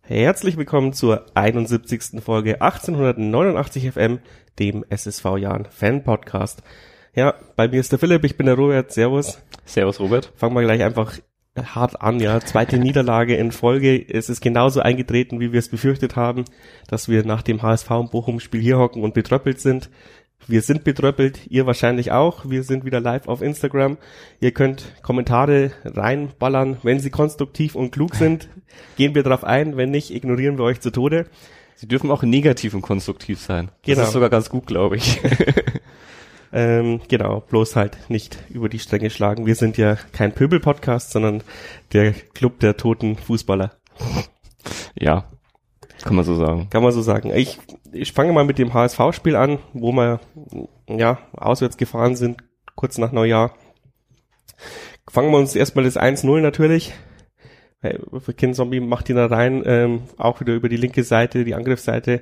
Herzlich willkommen zur 71. Folge 1889 FM, dem SSV Jahn Fan Podcast. Ja, bei mir ist der Philipp, ich bin der Robert. Servus. Servus, Robert. Fangen wir gleich einfach hart an, ja. Zweite Niederlage in Folge. Es ist genauso eingetreten, wie wir es befürchtet haben, dass wir nach dem HSV- und Bochum-Spiel hier hocken und betröppelt sind. Wir sind betröppelt, ihr wahrscheinlich auch. Wir sind wieder live auf Instagram. Ihr könnt Kommentare reinballern. Wenn sie konstruktiv und klug sind, gehen wir drauf ein. Wenn nicht, ignorieren wir euch zu Tode. Sie dürfen auch negativ und konstruktiv sein. Genau. Das ist sogar ganz gut, glaube ich. Genau, bloß halt nicht über die Stränge schlagen. Wir sind ja kein Pöbel-Podcast, sondern der Club der toten Fußballer. Ja, kann man so sagen. Kann man so sagen. Ich fange mal mit dem HSV-Spiel an, wo wir ja auswärts gefahren sind, kurz nach Neujahr. Fangen wir uns erstmal das 1-0 natürlich. Ken Zombie macht ihn da rein, auch wieder über die linke Seite, die Angriffsseite.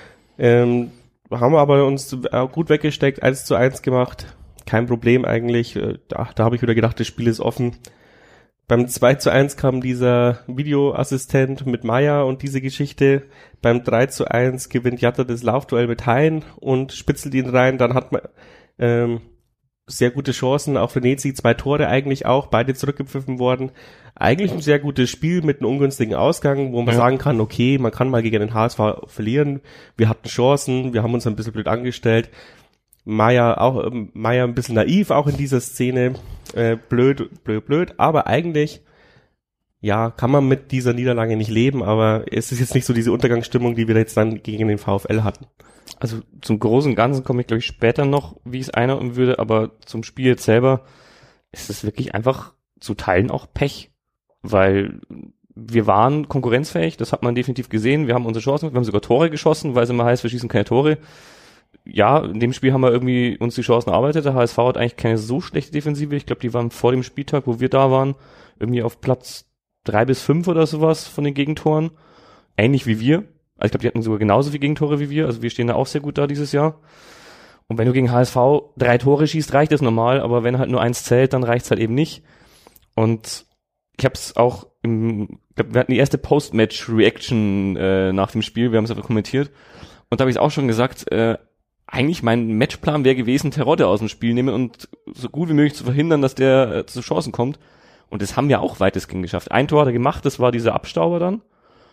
Haben wir aber uns gut weggesteckt, 1:1 gemacht. Kein Problem eigentlich. Da habe ich wieder gedacht, das Spiel ist offen. Beim 2:1 kam dieser Videoassistent mit Meier und diese Geschichte. Beim 3:1 gewinnt Jatta das Laufduell mit Hein und spitzelt ihn rein. Dann hat man sehr gute Chancen, auch für Nezi 2 Tore eigentlich auch, beide zurückgepfiffen worden. Eigentlich ein sehr gutes Spiel mit einem ungünstigen Ausgang, wo man sagen kann, okay, man kann mal gegen den HSV verlieren. Wir hatten Chancen, wir haben uns ein bisschen blöd angestellt. Meier ein bisschen naiv auch in dieser Szene, blöd, aber eigentlich, ja, kann man mit dieser Niederlage nicht leben, aber es ist jetzt nicht so diese Untergangsstimmung, die wir jetzt dann gegen den VfL hatten. Also zum Großen und Ganzen komme ich, glaube ich, später noch, wie ich es einordnen würde, aber zum Spiel jetzt selber ist es wirklich einfach zu Teilen auch Pech, weil wir waren konkurrenzfähig, das hat man definitiv gesehen, wir haben unsere Chancen, wir haben sogar Tore geschossen, weil es immer heißt, wir schießen keine Tore. Ja, in dem Spiel haben wir irgendwie uns die Chancen erarbeitet. Der HSV hat eigentlich keine so schlechte Defensive. Ich glaube, die waren vor dem Spieltag, wo wir da waren, irgendwie auf Platz 3 bis 5 oder sowas von den Gegentoren. Ähnlich wie wir. Also ich glaube, die hatten sogar genauso viele Gegentore wie wir. Also wir stehen da auch sehr gut da dieses Jahr. Und wenn du gegen HSV 3 Tore schießt, reicht das normal. Aber wenn halt nur 1 zählt, dann reicht's halt eben nicht. Und ich habe es auch ich glaube, wir hatten die erste Post-Match-Reaction nach dem Spiel. Wir haben es einfach kommentiert. Und da habe ich es auch schon gesagt, eigentlich mein Matchplan wäre gewesen, Terodde aus dem Spiel nehmen und so gut wie möglich zu verhindern, dass der zu Chancen kommt. Und das haben wir auch weitestgehend geschafft. Ein Tor hat er gemacht, das war dieser Abstauber dann,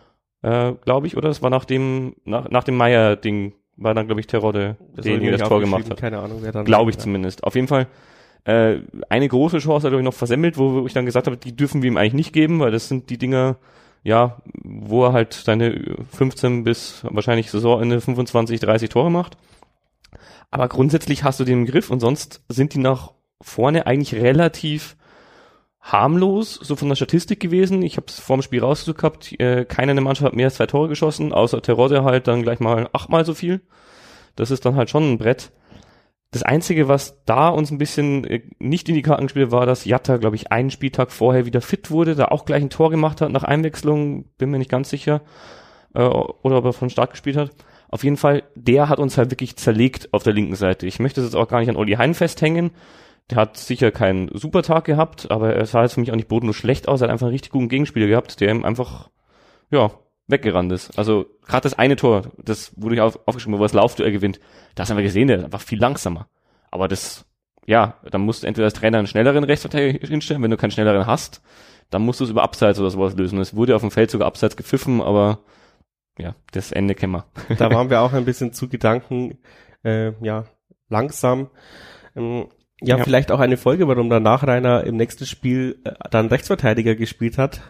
glaube ich, oder? Das war nach dem Meier-Ding, war dann, glaube ich, Terodde, der das Tor gemacht hat. Keine Ahnung, wer dann. Glaube ich zumindest. Auf jeden Fall eine große Chance hat er noch versemmelt, wo ich dann gesagt habe, die dürfen wir ihm eigentlich nicht geben, weil das sind die Dinger, ja, wo er halt seine 15 bis wahrscheinlich Saisonende 25, 30 Tore macht. Aber grundsätzlich hast du den im Griff und sonst sind die nach vorne eigentlich relativ harmlos, so von der Statistik gewesen. Ich habe es vor dem Spiel rausgesucht gehabt, keiner in der Mannschaft hat mehr als 2 Tore geschossen, außer Terodde halt dann gleich mal 8-mal so viel. Das ist dann halt schon ein Brett. Das Einzige, was da uns ein bisschen nicht in die Karten gespielt hat, war, dass Jatta, glaube ich, einen Spieltag vorher wieder fit wurde, da auch gleich ein Tor gemacht hat nach Einwechslung, bin mir nicht ganz sicher, oder ob er von Start gespielt hat. Auf jeden Fall, der hat uns halt wirklich zerlegt auf der linken Seite. Ich möchte es jetzt auch gar nicht an Olli Hein festhängen. Der hat sicher keinen super Tag gehabt, aber er sah jetzt für mich auch nicht bodenlos schlecht aus. Er hat einfach einen richtig guten Gegenspieler gehabt, der ihm einfach, ja, weggerannt ist. Also gerade das eine Tor, das wurde ich aufgeschrieben, wo das Laufduell gewinnt, da hast du einfach gesehen, der ist einfach viel langsamer. Aber das, ja, dann musst du entweder als Trainer einen schnelleren Rechtsverteidiger hinstellen, wenn du keinen schnelleren hast, dann musst du es über Abseits oder sowas lösen. Es wurde auf dem Feld sogar Abseits gepfiffen, aber ja, das Ende kennen wir. Da waren wir auch ein bisschen zu Gedanken, langsam. Vielleicht auch eine Folge, warum danach Rainer im nächsten Spiel dann Rechtsverteidiger gespielt hat,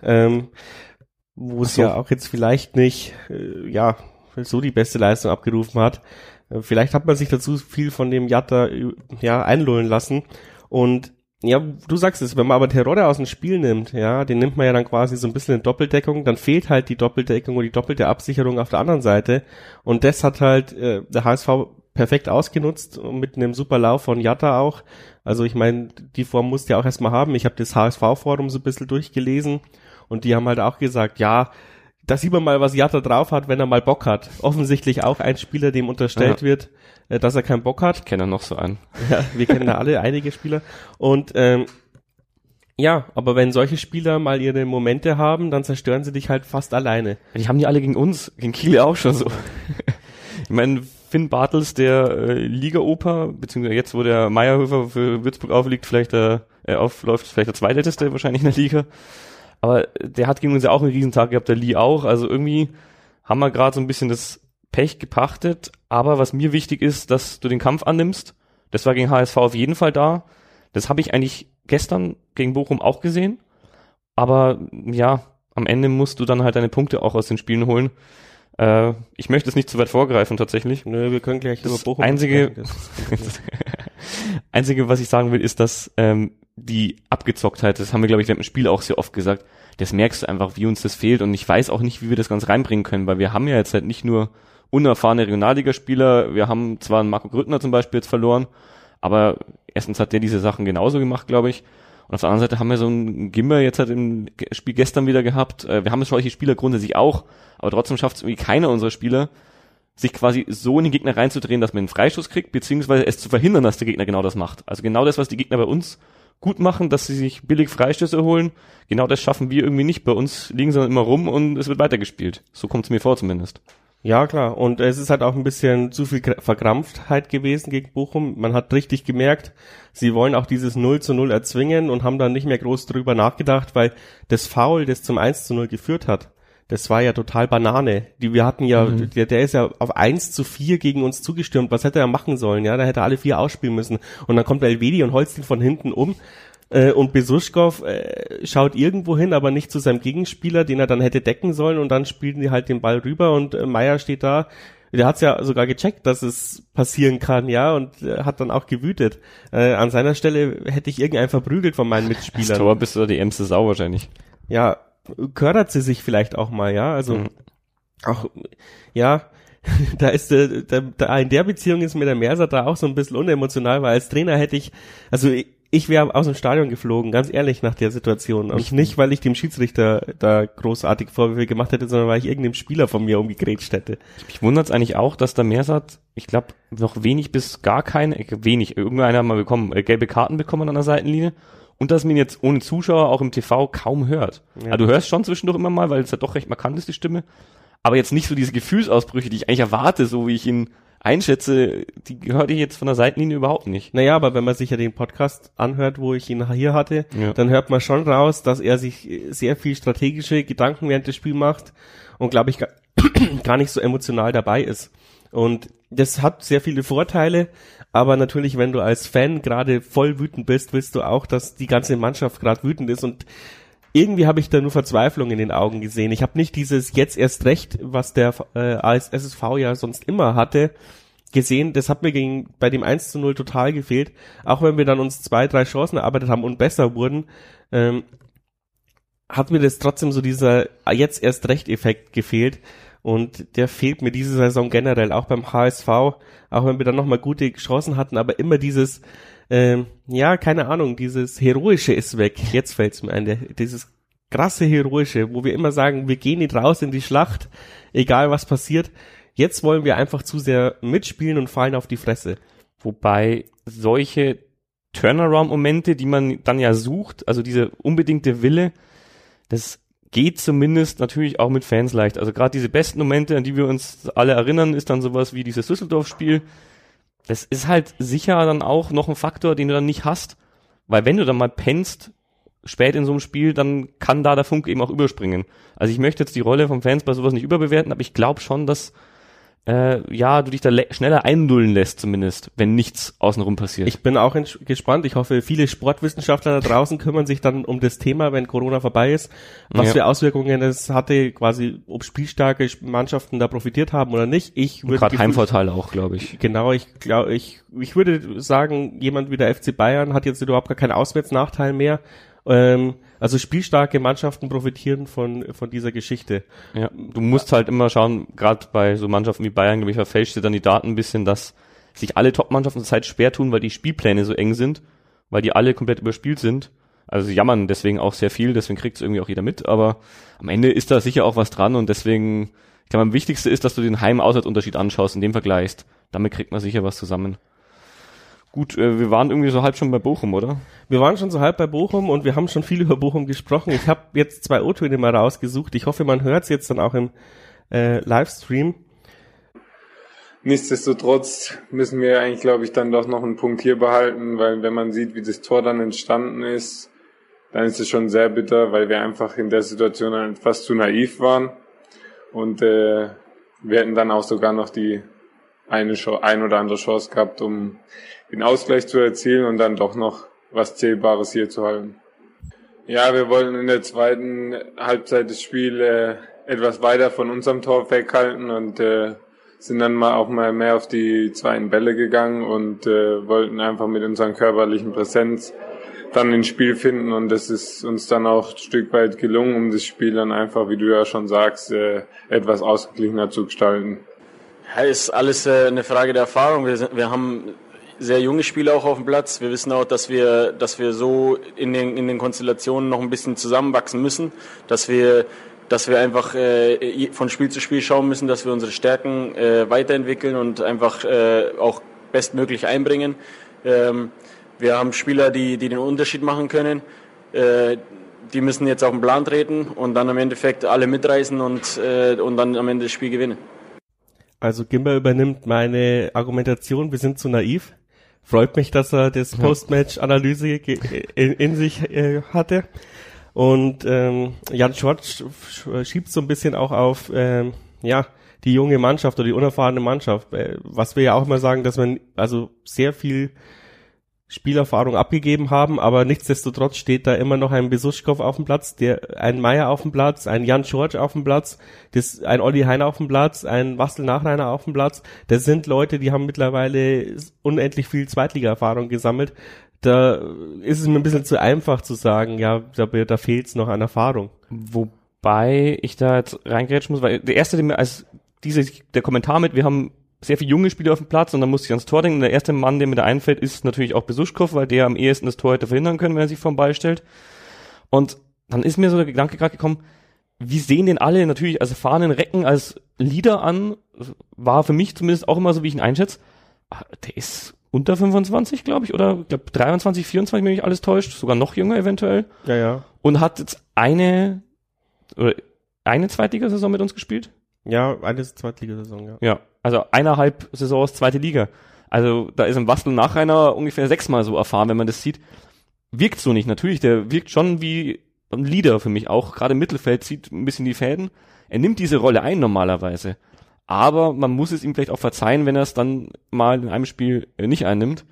wo es ja auch jetzt vielleicht nicht, so die beste Leistung abgerufen hat. Vielleicht hat man sich dazu viel von dem Jatta, einlullen lassen. Und ja, du sagst es, wenn man aber Terodde aus dem Spiel nimmt, ja, den nimmt man ja dann quasi so ein bisschen in Doppeldeckung, dann fehlt halt die Doppeldeckung und die doppelte Absicherung auf der anderen Seite. Und das hat halt der HSV perfekt ausgenutzt und mit einem super Lauf von Jatta auch. Also ich meine, die Form musst du ja auch erstmal haben. Ich habe das HSV-Forum so ein bisschen durchgelesen und die haben halt auch gesagt, ja, da sieht man mal, was Jatta drauf hat, wenn er mal Bock hat. Offensichtlich auch ein Spieler, dem unterstellt wird, dass er keinen Bock hat. Ich kenne noch so einen. Ja, wir kennen da alle einige Spieler. Und Ja, aber wenn solche Spieler mal ihre Momente haben, dann zerstören sie dich halt fast alleine. Die haben die alle gegen uns, gegen Kiel auch schon so. Ich meine, Finn Bartels, der Liga-Oper, beziehungsweise jetzt, wo der Meierhöfer für Würzburg aufliegt, vielleicht aufläuft, vielleicht der zweitälteste wahrscheinlich in der Liga. Aber der hat gegen uns ja auch einen Riesentag gehabt, der Lee auch. Also irgendwie haben wir gerade so ein bisschen das Pech gepachtet. Aber was mir wichtig ist, dass du den Kampf annimmst. Das war gegen HSV auf jeden Fall da. Das habe ich eigentlich gestern gegen Bochum auch gesehen. Aber ja, am Ende musst du dann halt deine Punkte auch aus den Spielen holen. Ich möchte es nicht zu weit vorgreifen tatsächlich. Nö, wir können gleich über Bochum Einzige, was ich sagen will, ist, dass die Abgezocktheit, das haben wir, glaube ich, während dem Spiel auch sehr oft gesagt, das merkst du einfach, wie uns das fehlt. Und ich weiß auch nicht, wie wir das ganz reinbringen können, weil wir haben ja jetzt halt nicht nur unerfahrene Regionalligaspieler, wir haben zwar einen Marco Grüttner zum Beispiel jetzt verloren, aber erstens hat der diese Sachen genauso gemacht, glaube ich. Und auf der anderen Seite haben wir so einen Gimmer jetzt halt im Spiel gestern wieder gehabt. Wir haben solche Spieler grundsätzlich auch, aber trotzdem schafft es irgendwie keiner unserer Spieler, sich quasi so in den Gegner reinzudrehen, dass man einen Freistoß kriegt, beziehungsweise es zu verhindern, dass der Gegner genau das macht. Also genau das, was die Gegner bei uns gut machen, dass sie sich billig Freistöße holen, genau das schaffen wir irgendwie nicht. Bei uns liegen sie dann immer rum und es wird weitergespielt. So kommt es mir vor zumindest. Ja, klar. Und es ist halt auch ein bisschen zu viel Verkrampftheit gewesen gegen Bochum. Man hat richtig gemerkt, sie wollen auch dieses 0:0 erzwingen und haben dann nicht mehr groß drüber nachgedacht, weil das Foul, das zum 1:0 geführt hat, das war ja total Banane. Wir hatten ja, der ist ja auf 1:4 gegen uns zugestürmt. Was hätte er machen sollen? Ja, da hätte er alle 4 ausspielen müssen. Und dann kommt Elvedi und holzt ihn von hinten um. Und Besuschkow schaut irgendwo hin, aber nicht zu seinem Gegenspieler, den er dann hätte decken sollen, und dann spielen die halt den Ball rüber und Meier steht da. Der hat's ja sogar gecheckt, dass es passieren kann, ja, und hat dann auch gewütet. An seiner Stelle hätte ich irgendeinen verprügelt von meinen Mitspielern. Das Tor bist du da die ärmste Sau wahrscheinlich. Ja, ködert sie sich vielleicht auch mal, ja, also auch, ja, da ist da in der Beziehung ist mir der Merser da auch so ein bisschen unemotional, weil als Trainer hätte ich wäre aus dem Stadion geflogen, ganz ehrlich, nach der Situation. Und nicht, weil ich dem Schiedsrichter da großartig Vorwürfe gemacht hätte, sondern weil ich irgendeinem Spieler von mir umgegrätscht hätte. Mich wundert es eigentlich auch, dass der Mersat, ich glaube, noch wenig bis gar keine, irgendeiner hat mal gelbe Karten bekommen an der Seitenlinie. Und dass man ihn jetzt ohne Zuschauer auch im TV kaum hört. Ja. Also du hörst schon zwischendurch immer mal, weil es ja doch recht markant ist, die Stimme. Aber jetzt nicht so diese Gefühlsausbrüche, die ich eigentlich erwarte, so wie ich ihn einschätze, die hörte ich jetzt von der Seitenlinie überhaupt nicht. Naja, aber wenn man sich ja den Podcast anhört, wo ich ihn hier hatte, dann hört man schon raus, dass er sich sehr viel strategische Gedanken während des Spiels macht und, glaube ich, gar nicht so emotional dabei ist. Und das hat sehr viele Vorteile, aber natürlich, wenn du als Fan gerade voll wütend bist, willst du auch, dass die ganze Mannschaft gerade wütend ist, und irgendwie habe ich da nur Verzweiflung in den Augen gesehen. Ich habe nicht dieses jetzt erst recht, was der SSV ja sonst immer hatte, gesehen. Das hat mir bei dem 1:0 total gefehlt. Auch wenn wir dann uns 2-3 Chancen erarbeitet haben und besser wurden, hat mir das trotzdem so dieser jetzt erst recht Effekt gefehlt. Und der fehlt mir diese Saison generell, auch beim HSV, auch wenn wir dann nochmal gute Chancen hatten, aber immer dieses, keine Ahnung, dieses Heroische ist weg. Jetzt fällt's mir ein, dieses krasse Heroische, wo wir immer sagen, wir gehen nicht raus in die Schlacht, egal was passiert. Jetzt wollen wir einfach zu sehr mitspielen und fallen auf die Fresse. Wobei solche Turnaround-Momente, die man dann ja sucht, also diese unbedingte Wille, das geht zumindest natürlich auch mit Fans leicht. Also gerade diese besten Momente, an die wir uns alle erinnern, ist dann sowas wie dieses Düsseldorf-Spiel. Das ist halt sicher dann auch noch ein Faktor, den du dann nicht hast. Weil wenn du dann mal pennst, spät in so einem Spiel, dann kann da der Funke eben auch überspringen. Also ich möchte jetzt die Rolle von Fans bei sowas nicht überbewerten, aber ich glaube schon, dass du dich da schneller einnullen lässt zumindest, wenn nichts außenrum passiert. Ich bin auch gespannt. Ich hoffe, viele Sportwissenschaftler da draußen kümmern sich dann um das Thema, wenn Corona vorbei ist, was für Auswirkungen es hatte, quasi, ob spielstarke Mannschaften da profitiert haben oder nicht. Gerade Heimvorteile auch, glaube ich. Genau, ich würde sagen, jemand wie der FC Bayern hat jetzt überhaupt gar keinen Auswärtsnachteil mehr. Also spielstarke Mannschaften profitieren von dieser Geschichte. Ja, du musst halt immer schauen, gerade bei so Mannschaften wie Bayern, glaube ich, verfälscht dir dann die Daten ein bisschen, dass sich alle Top-Mannschaften zur Zeit schwer tun, weil die Spielpläne so eng sind, weil die alle komplett überspielt sind. Also sie jammern deswegen auch sehr viel, deswegen kriegt es irgendwie auch jeder mit, aber am Ende ist da sicher auch was dran und deswegen, ich glaube, am wichtigsten ist, dass du den Heim-Auswärtsunterschied anschaust und den vergleichst. Damit kriegt man sicher was zusammen. Gut, wir waren irgendwie so halb schon bei Bochum, oder? Wir waren schon so halb bei Bochum und wir haben schon viel über Bochum gesprochen. Ich habe jetzt 2 O-Töne mal rausgesucht. Ich hoffe, man hört es jetzt dann auch im Livestream. Nichtsdestotrotz müssen wir eigentlich, glaube ich, dann doch noch einen Punkt hier behalten, weil wenn man sieht, wie das Tor dann entstanden ist, dann ist es schon sehr bitter, weil wir einfach in der Situation dann fast zu naiv waren und wir hätten dann auch sogar noch die ein oder andere Chance gehabt, um den Ausgleich zu erzielen und dann doch noch was Zählbares hier zu halten. Ja, wir wollen in der zweiten Halbzeit das Spiel etwas weiter von unserem Tor weghalten und sind dann mal mehr auf die zweiten Bälle gegangen und wollten einfach mit unserer körperlichen Präsenz dann ins Spiel finden und das ist uns dann auch ein Stück weit gelungen, um das Spiel dann einfach, wie du ja schon sagst, etwas ausgeglichener zu gestalten. Ja, ist alles eine Frage der Erfahrung. Wir haben sehr junge Spieler auch auf dem Platz. Wir wissen auch, dass wir so in den Konstellationen noch ein bisschen zusammenwachsen müssen, dass wir einfach von Spiel zu Spiel schauen müssen, dass wir unsere Stärken weiterentwickeln und einfach auch bestmöglich einbringen. Wir haben Spieler, die den Unterschied machen können. Die müssen jetzt auf den Plan treten und dann im Endeffekt alle mitreißen und dann am Ende das Spiel gewinnen. Also Gimber übernimmt meine Argumentation, wir sind zu naiv. Freut mich, dass er das Post-Match-Analyse in sich hatte. Und Jan Schwartz schiebt so ein bisschen auch auf die junge Mannschaft oder die unerfahrene Mannschaft. Was wir ja auch immer sagen, dass wir also sehr viel Spielerfahrung abgegeben haben, aber nichtsdestotrotz steht da immer noch ein Besuschkow auf dem Platz, ein Meier auf dem Platz, ein Jan Schorsch auf dem Platz, ein Olli Heiner auf dem Platz, ein Wastel Nachreiner auf dem Platz. Das sind Leute, die haben mittlerweile unendlich viel Zweitliga-Erfahrung gesammelt. Da ist es mir ein bisschen zu einfach zu sagen, ja, da fehlt es noch an Erfahrung. Wobei ich da jetzt reingrätschen muss, weil der erste, der Kommentar wir haben sehr viele junge Spieler auf dem Platz und dann muss ich ans Tor denken. Der erste Mann, der mir da einfällt, ist natürlich auch Besuschkow, weil der am ehesten das Tor hätte verhindern können, wenn er sich vor den Ball stellt. Und dann ist mir so der Gedanke gerade gekommen, wie sehen den alle natürlich als erfahrenen Recken, als Leader an? War für mich zumindest auch immer so, wie ich ihn einschätze. Der ist unter 25, glaube ich, oder ich glaube 23, 24, wenn mich alles täuscht, sogar noch jünger eventuell. Ja. Und hat jetzt eine Zweitligasaison mit uns gespielt? Ja, eine Zweitligasaison, ja. Ja, also 1,5 Saisons zweite Liga. Also da ist ein Wastel Nachreiner ungefähr 6-mal so erfahren, wenn man das sieht. Wirkt so nicht, natürlich, der wirkt schon wie ein Leader für mich auch. Gerade im Mittelfeld zieht ein bisschen die Fäden. Er nimmt diese Rolle ein normalerweise. Aber man muss es ihm vielleicht auch verzeihen, wenn er es dann mal in einem Spiel nicht einnimmt.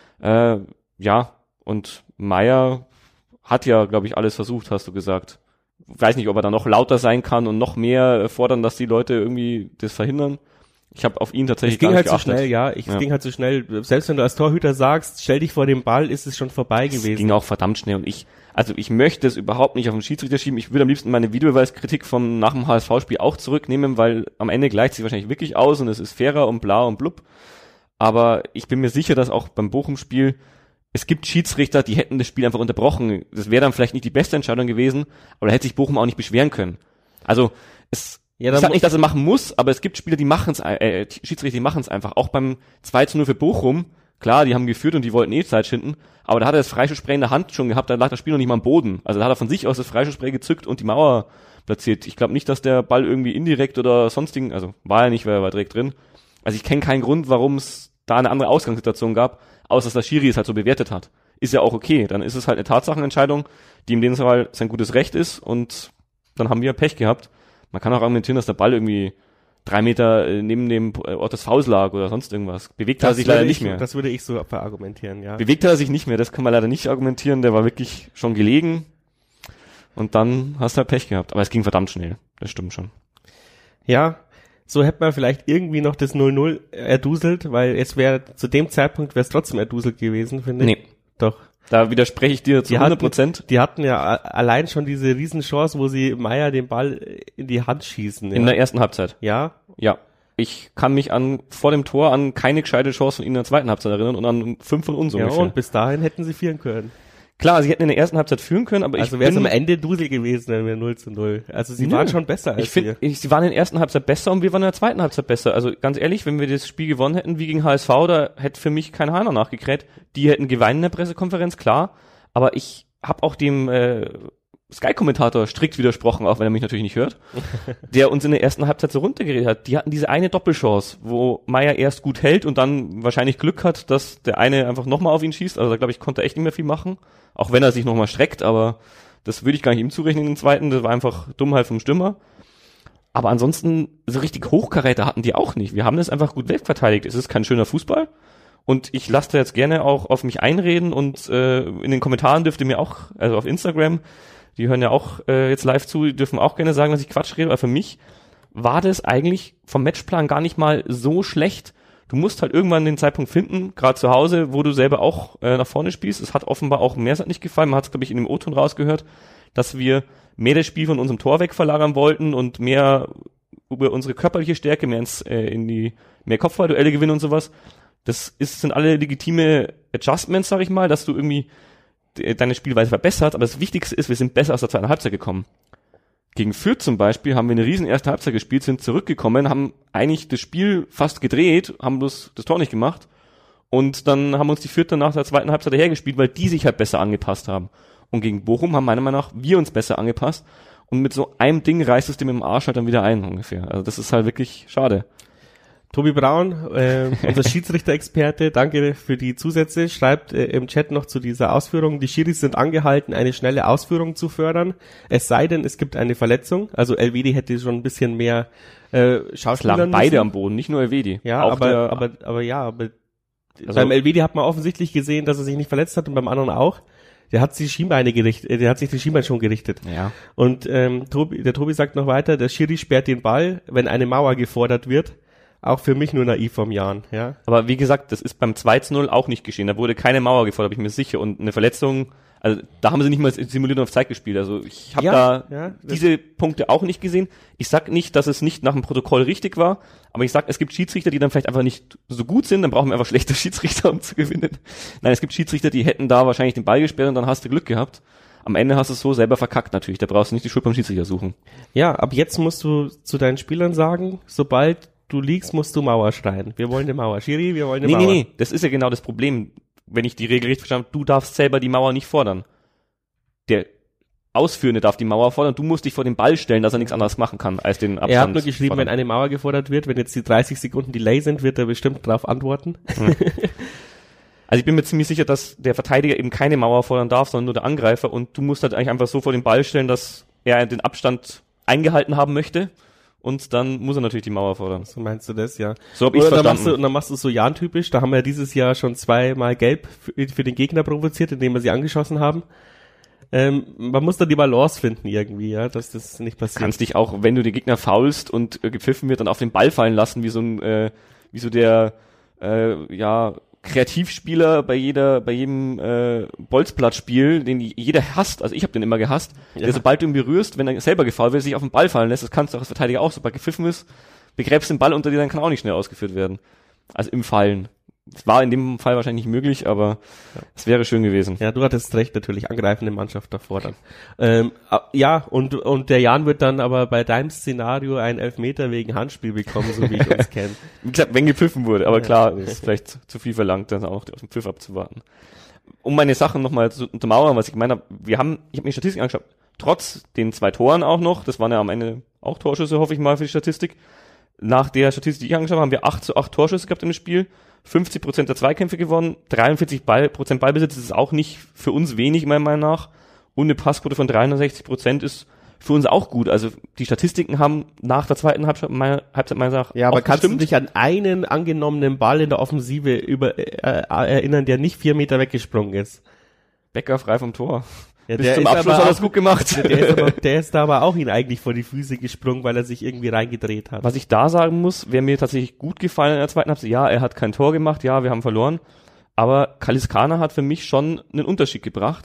Und Meier hat ja, glaube ich, alles versucht, hast du gesagt. Weiß nicht, ob er da noch lauter sein kann und noch mehr fordern, dass die Leute irgendwie das verhindern. Ich habe auf ihn tatsächlich gar nicht geachtet. Es ging halt so schnell. Selbst wenn du als Torhüter sagst, stell dich vor den Ball, ist es schon vorbei gewesen. Es ging auch verdammt schnell und ich möchte es überhaupt nicht auf den Schiedsrichter schieben. Ich würde am liebsten meine Videoweiskritik nach dem HSV-Spiel auch zurücknehmen, weil am Ende gleicht sich wahrscheinlich wirklich aus und es ist fairer und bla und blub. Aber ich bin mir sicher, dass auch beim Bochum-Spiel es gibt Schiedsrichter, die hätten das Spiel einfach unterbrochen. Das wäre dann vielleicht nicht die beste Entscheidung gewesen, aber da hätte sich Bochum auch nicht beschweren können. Also ich sag nicht, dass er machen muss, aber es gibt Spieler, die Schiedsrichter, die machen es einfach. Auch beim 2:0 für Bochum, klar, die haben geführt und die wollten Zeit schinden, aber da hat er das Freischussspray in der Hand schon gehabt, da lag das Spiel noch nicht mal am Boden. Also da hat er von sich aus das Freischussspray gezückt und die Mauer platziert. Ich glaube nicht, dass der Ball irgendwie indirekt oder sonstigen, also war er nicht, weil er war direkt drin. Also ich kenne keinen Grund, warum es da eine andere Ausgangssituation gab, außer dass der Schiri es halt so bewertet hat. Ist ja auch okay, dann ist es halt eine Tatsachenentscheidung, die in dem Fall sein gutes Recht ist und dann haben wir Pech gehabt. Man kann auch argumentieren, dass der Ball irgendwie 3 Meter neben dem Ort des Fouls lag oder sonst irgendwas. Bewegt hat er sich leider nicht mehr. Das würde ich so verargumentieren, ja. Bewegt hat er sich nicht mehr, das kann man leider nicht argumentieren, der war wirklich schon gelegen und dann hast du halt Pech gehabt. Aber es ging verdammt schnell, das stimmt schon. Ja, so hätte man vielleicht irgendwie noch das 0-0 erduselt, weil zu dem Zeitpunkt wäre es trotzdem erduselt gewesen, finde ich. Nee. Doch. Da widerspreche ich dir zu 100%. Die hatten ja allein schon diese Riesenchance, wo sie Meier den Ball in die Hand schießen. Ja. In der ersten Halbzeit. Ja? Ja. Ich kann mich vor dem Tor an keine gescheite Chance von ihnen in der zweiten Halbzeit erinnern und an 5 von uns ungefähr. Ja, und bis dahin hätten sie führen können. Klar, sie hätten in der ersten Halbzeit führen können, aber also wäre es am Ende Dusel gewesen, wenn wir 0-0. Also sie waren schon besser als wir. Sie waren in der ersten Halbzeit besser und wir waren in der zweiten Halbzeit besser. Also ganz ehrlich, wenn wir das Spiel gewonnen hätten wie gegen HSV, da hätte für mich kein Hahn nachgekräht. Die hätten gewonnen in der Pressekonferenz, klar. Aber ich habe auch dem Sky-Kommentator strikt widersprochen, auch wenn er mich natürlich nicht hört, der uns in der ersten Halbzeit so runtergeredet hat. Die hatten diese eine Doppelchance, wo Meier erst gut hält und dann wahrscheinlich Glück hat, dass der eine einfach nochmal auf ihn schießt. Also da glaube ich, konnte er echt nicht mehr viel machen. Auch wenn er sich nochmal streckt, aber das würde ich gar nicht ihm zurechnen in den zweiten. Das war einfach Dummheit vom Stürmer. Aber ansonsten, so richtig Hochkaräter hatten die auch nicht. Wir haben das einfach gut wegverteidigt. Es ist kein schöner Fußball. Und ich lasse da jetzt gerne auch auf mich einreden und in den Kommentaren dürft ihr mir auch, also auf Instagram, die hören ja auch jetzt live zu, die dürfen auch gerne sagen, dass ich Quatsch rede. Aber für mich war das eigentlich vom Matchplan gar nicht mal so schlecht. Du musst halt irgendwann den Zeitpunkt finden, gerade zu Hause, wo du selber auch nach vorne spielst. Es hat offenbar auch Mersat nicht gefallen. Man hat es, glaube ich, in dem O-Ton rausgehört, dass wir mehr das Spiel von unserem Tor weg verlagern wollten und mehr über unsere körperliche Stärke, mehr mehr Kopfballduelle gewinnen und sowas. Sind alle legitime Adjustments, sag ich mal, dass du irgendwie deine Spielweise verbessert. Aber das Wichtigste ist, wir sind besser aus der zweiten Halbzeit gekommen. Gegen Fürth zum Beispiel haben wir eine riesen erste Halbzeit gespielt, sind zurückgekommen, haben eigentlich das Spiel fast gedreht, haben bloß das Tor nicht gemacht und dann haben uns die Fürther nach der zweiten Halbzeit dahergespielt, weil die sich halt besser angepasst haben. Und gegen Bochum haben meiner Meinung nach wir uns besser angepasst und mit so einem Ding reißt es dem im Arsch halt dann wieder ein ungefähr. Also das ist halt wirklich schade. Tobi Braun, unser Schiedsrichter-Experte, danke für die Zusätze, schreibt im Chat noch zu dieser Ausführung, die Schiris sind angehalten, eine schnelle Ausführung zu fördern, es sei denn, es gibt eine Verletzung, also Elvedi hätte schon ein bisschen mehr Schauspielern müssen. Beide am Boden, nicht nur Elvedi. Ja, aber beim Elvedi hat man offensichtlich gesehen, dass er sich nicht verletzt hat und beim anderen auch. Der hat sich die Schienbeine schon gerichtet. Ja. Und der Tobi sagt noch weiter, der Schiri sperrt den Ball, wenn eine Mauer gefordert wird. Auch für mich nur naiv vom Jan, ja. Aber wie gesagt, das ist beim 2-0 auch nicht geschehen. Da wurde keine Mauer gefordert, bin ich mir sicher. Und eine Verletzung, also da haben sie nicht mal simuliert und auf Zeit gespielt. Also ich habe diese Punkte auch nicht gesehen. Ich sag nicht, dass es nicht nach dem Protokoll richtig war, aber ich sag, es gibt Schiedsrichter, die dann vielleicht einfach nicht so gut sind, dann brauchen wir einfach schlechte Schiedsrichter, um zu gewinnen. Nein, es gibt Schiedsrichter, die hätten da wahrscheinlich den Ball gesperrt und dann hast du Glück gehabt. Am Ende hast du es so selber verkackt natürlich, da brauchst du nicht die Schuld beim Schiedsrichter suchen. Ja, ab jetzt musst du zu deinen Spielern sagen, sobald du liegst, musst du Mauer schreien. Wir wollen eine Mauer. Schiri, wir wollen eine Mauer. Nee, das ist ja genau das Problem. Wenn ich die Regel richtig verstanden habe, du darfst selber die Mauer nicht fordern. Der Ausführende darf die Mauer fordern, du musst dich vor den Ball stellen, dass er nichts anderes machen kann, als den Abstand. Er hat nur geschrieben, wenn eine Mauer gefordert wird, wenn jetzt die 30 Sekunden Delay sind, wird er bestimmt darauf antworten. Also ich bin mir ziemlich sicher, dass der Verteidiger eben keine Mauer fordern darf, sondern nur der Angreifer und du musst halt eigentlich einfach so vor den Ball stellen, dass er den Abstand eingehalten haben möchte. Und dann muss er natürlich die Mauer fordern. So meinst du das, ja. So hab ich verstanden. Dann machst du es so Jan-typisch. Da haben wir dieses Jahr schon 2-mal gelb für den Gegner provoziert, indem wir sie angeschossen haben. Man muss da die Balance finden irgendwie, ja, dass das nicht passiert. Du kannst dich auch, wenn du den Gegner foulst und gepfiffen wird, dann auf den Ball fallen lassen, wie so der Kreativspieler bei jedem Bolzplatzspiel, den jeder hasst, also ich habe den immer gehasst, der sobald du ihn berührst, wenn er selber gefoult wird, sich auf den Ball fallen lässt, das kannst du auch als Verteidiger auch, sobald gepfiffen ist, begräbst den Ball unter dir, dann kann auch nicht schnell ausgeführt werden. Also im Fallen. Es war in dem Fall wahrscheinlich nicht möglich, aber es wäre schön gewesen. Ja, du hattest recht, natürlich, angreifende Mannschaft davor dann. Und der Jan wird dann aber bei deinem Szenario einen Elfmeter wegen Handspiel bekommen, so wie ich uns kenne. Wie gesagt, wenn gepfiffen wurde, aber klar, das ist vielleicht zu viel verlangt, dann auch auf den Pfiff abzuwarten. Um meine Sachen nochmal zu untermauern, was ich gemeint habe, ich habe mir die Statistik angeschaut, trotz den 2 Toren auch noch, das waren ja am Ende auch Torschüsse, hoffe ich mal, für die Statistik. Nach der Statistik, die ich angeschaut habe, haben wir 8:8 Torschüsse gehabt im Spiel, 50% der Zweikämpfe gewonnen, 43% Ballbesitz, das ist auch nicht für uns wenig, meiner Meinung nach. Und eine Passquote von 63% ist für uns auch gut. Also die Statistiken haben nach der zweiten Halbzeit meiner Meinung nach ja, aber kannst du dich an einen angenommenen Ball in der Offensive erinnern, der nicht 4 Meter weggesprungen ist? Becker frei vom Tor. Ja, bis zum Abschluss hat er es gut gemacht. Der ist da aber auch ihn eigentlich vor die Füße gesprungen, weil er sich irgendwie reingedreht hat. Was ich da sagen muss, wer mir tatsächlich gut gefallen in der zweiten Halbzeit, ja, er hat kein Tor gemacht, ja, wir haben verloren, aber Kaliskana hat für mich schon einen Unterschied gebracht,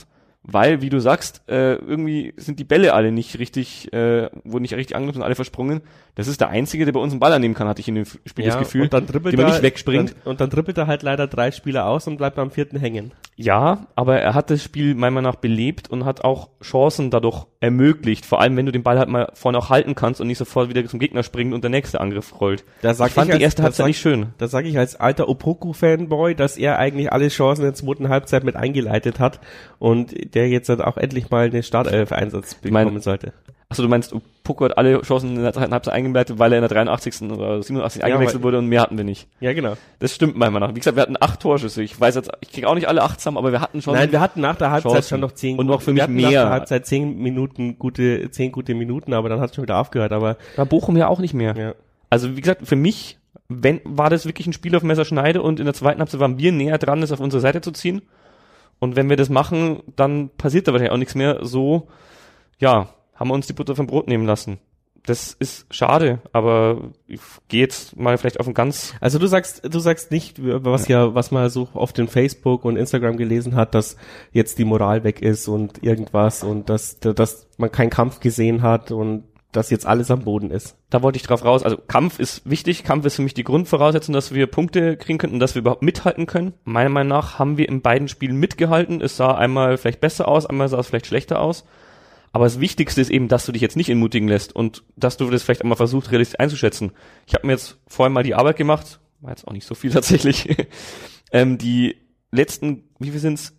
Weil, wie du sagst, irgendwie sind die Bälle alle nicht richtig, wurden nicht richtig angenommen und alle versprungen. Das ist der Einzige, der bei uns einen Ball annehmen kann, hatte ich in dem Spiel das Gefühl, und dann dribbelt der nicht wegspringt. Und dann dribbelt er halt leider 3 Spieler aus und bleibt am 4. hängen. Ja, aber er hat das Spiel meiner Meinung nach belebt und hat auch Chancen dadurch ermöglicht. Vor allem, wenn du den Ball halt mal vorne auch halten kannst und nicht sofort wieder zum Gegner springt und der nächste Angriff rollt. Ich fand die erste Halbzeit nicht schön. Da sage ich als alter Opoku-Fanboy, dass er eigentlich alle Chancen in der zweiten Halbzeit mit eingeleitet hat und der jetzt halt auch endlich mal eine Startelf-Einsatz bekommen sollte. Achso, du meinst, Opoku hat alle Chancen in der zweiten Halbzeit eingeleitet, weil er in der 83. oder 87. eingewechselt wurde und mehr hatten wir nicht. Ja, genau. Das stimmt meiner Meinung nach. Wie gesagt, wir hatten 8 Torschüsse. Ich weiß jetzt, ich kriege auch nicht alle 8 zusammen, aber wir hatten schon. Nein, wir hatten nach der Halbzeit Chancen. schon noch 10. Und noch für mich mehr. Nach der Halbzeit 10 gute Minuten, aber dann hat es schon wieder aufgehört, aber. War Bochum ja auch nicht mehr. Ja. Also, wie gesagt, für mich, war das wirklich ein Spiel auf Messerschneide und in der zweiten Halbzeit waren wir näher dran, das auf unsere Seite zu ziehen. Und wenn wir das machen, dann passiert da wahrscheinlich auch nichts mehr. So, ja, haben wir uns die Butter vom Brot nehmen lassen. Das ist schade, aber ich gehe jetzt mal vielleicht auf ein ganz... Also du sagst nicht, was man so oft in Facebook und Instagram gelesen hat, dass jetzt die Moral weg ist und irgendwas und dass man keinen Kampf gesehen hat und dass jetzt alles am Boden ist. Da wollte ich drauf raus. Also Kampf ist wichtig. Kampf ist für mich die Grundvoraussetzung, dass wir Punkte kriegen könnten und dass wir überhaupt mithalten können. Meiner Meinung nach haben wir in beiden Spielen mitgehalten. Es sah einmal vielleicht besser aus, einmal sah es vielleicht schlechter aus. Aber das Wichtigste ist eben, dass du dich jetzt nicht entmutigen lässt und dass du das vielleicht einmal versuchst, realistisch einzuschätzen. Ich habe mir jetzt vorhin mal die Arbeit gemacht, war jetzt auch nicht so viel tatsächlich, die letzten, wie viel sind's?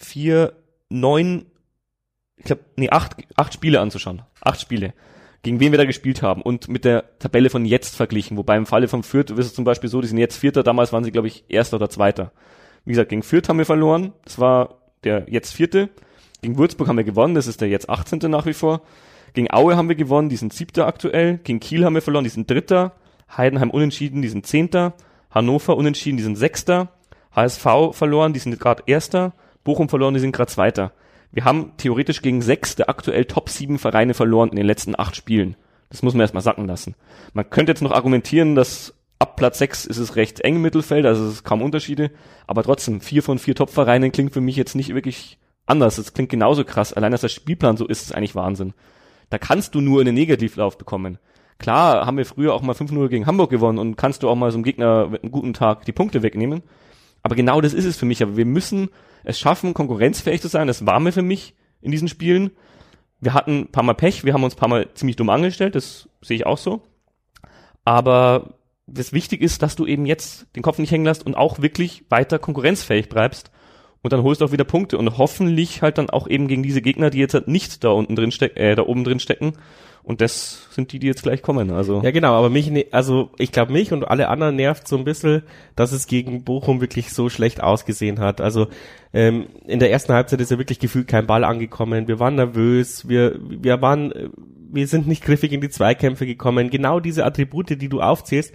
8 Spiele anzuschauen. 8 Spiele. Gegen wen wir da gespielt haben und mit der Tabelle von jetzt verglichen. Wobei im Falle von Fürth ist es zum Beispiel so, die sind jetzt Vierter, damals waren sie, glaube ich, Erster oder Zweiter. Wie gesagt, gegen Fürth haben wir verloren, das war der jetzt Vierte. Gegen Würzburg haben wir gewonnen, das ist der jetzt 18. nach wie vor. Gegen Aue haben wir gewonnen, die sind 7. aktuell. Gegen Kiel haben wir verloren, die sind 3. Heidenheim unentschieden, die sind 10. Hannover unentschieden, die sind 6. HSV verloren, die sind gerade 1. Bochum verloren, die sind gerade 2. Wir haben theoretisch gegen 6 der aktuell Top 7 Vereine verloren in den letzten 8 Spielen. Das muss man erstmal sacken lassen. Man könnte jetzt noch argumentieren, dass ab Platz 6 ist es recht eng im Mittelfeld, also es ist kaum Unterschiede. Aber trotzdem, 4 von 4 Top-Vereinen klingt für mich jetzt nicht wirklich anders. Es klingt genauso krass. Allein, dass der Spielplan so ist, ist eigentlich Wahnsinn. Da kannst du nur einen Negativlauf bekommen. Klar haben wir früher auch mal 5-0 gegen Hamburg gewonnen und kannst du auch mal so einem Gegner mit einem guten Tag die Punkte wegnehmen. Aber genau das ist es für mich. Aber wir müssen es schaffen, konkurrenzfähig zu sein. Das war mir für mich in diesen Spielen. Wir hatten ein paar Mal Pech, wir haben uns ein paar Mal ziemlich dumm angestellt, das sehe ich auch so. Aber das Wichtige ist, dass du eben jetzt den Kopf nicht hängen lässt und auch wirklich weiter konkurrenzfähig bleibst. Und dann holst du auch wieder Punkte und hoffentlich halt dann auch eben gegen diese Gegner, die jetzt halt nicht da oben drin stecken. Und das sind die jetzt gleich kommen. Also ja, genau, aber ich glaube mich und alle anderen nervt so ein bisschen, dass es gegen Bochum wirklich so schlecht ausgesehen hat. Also in der ersten Halbzeit ist ja wirklich gefühlt kein Ball angekommen. Wir waren nervös, wir sind nicht griffig in die Zweikämpfe gekommen. Genau diese Attribute, die du aufzählst,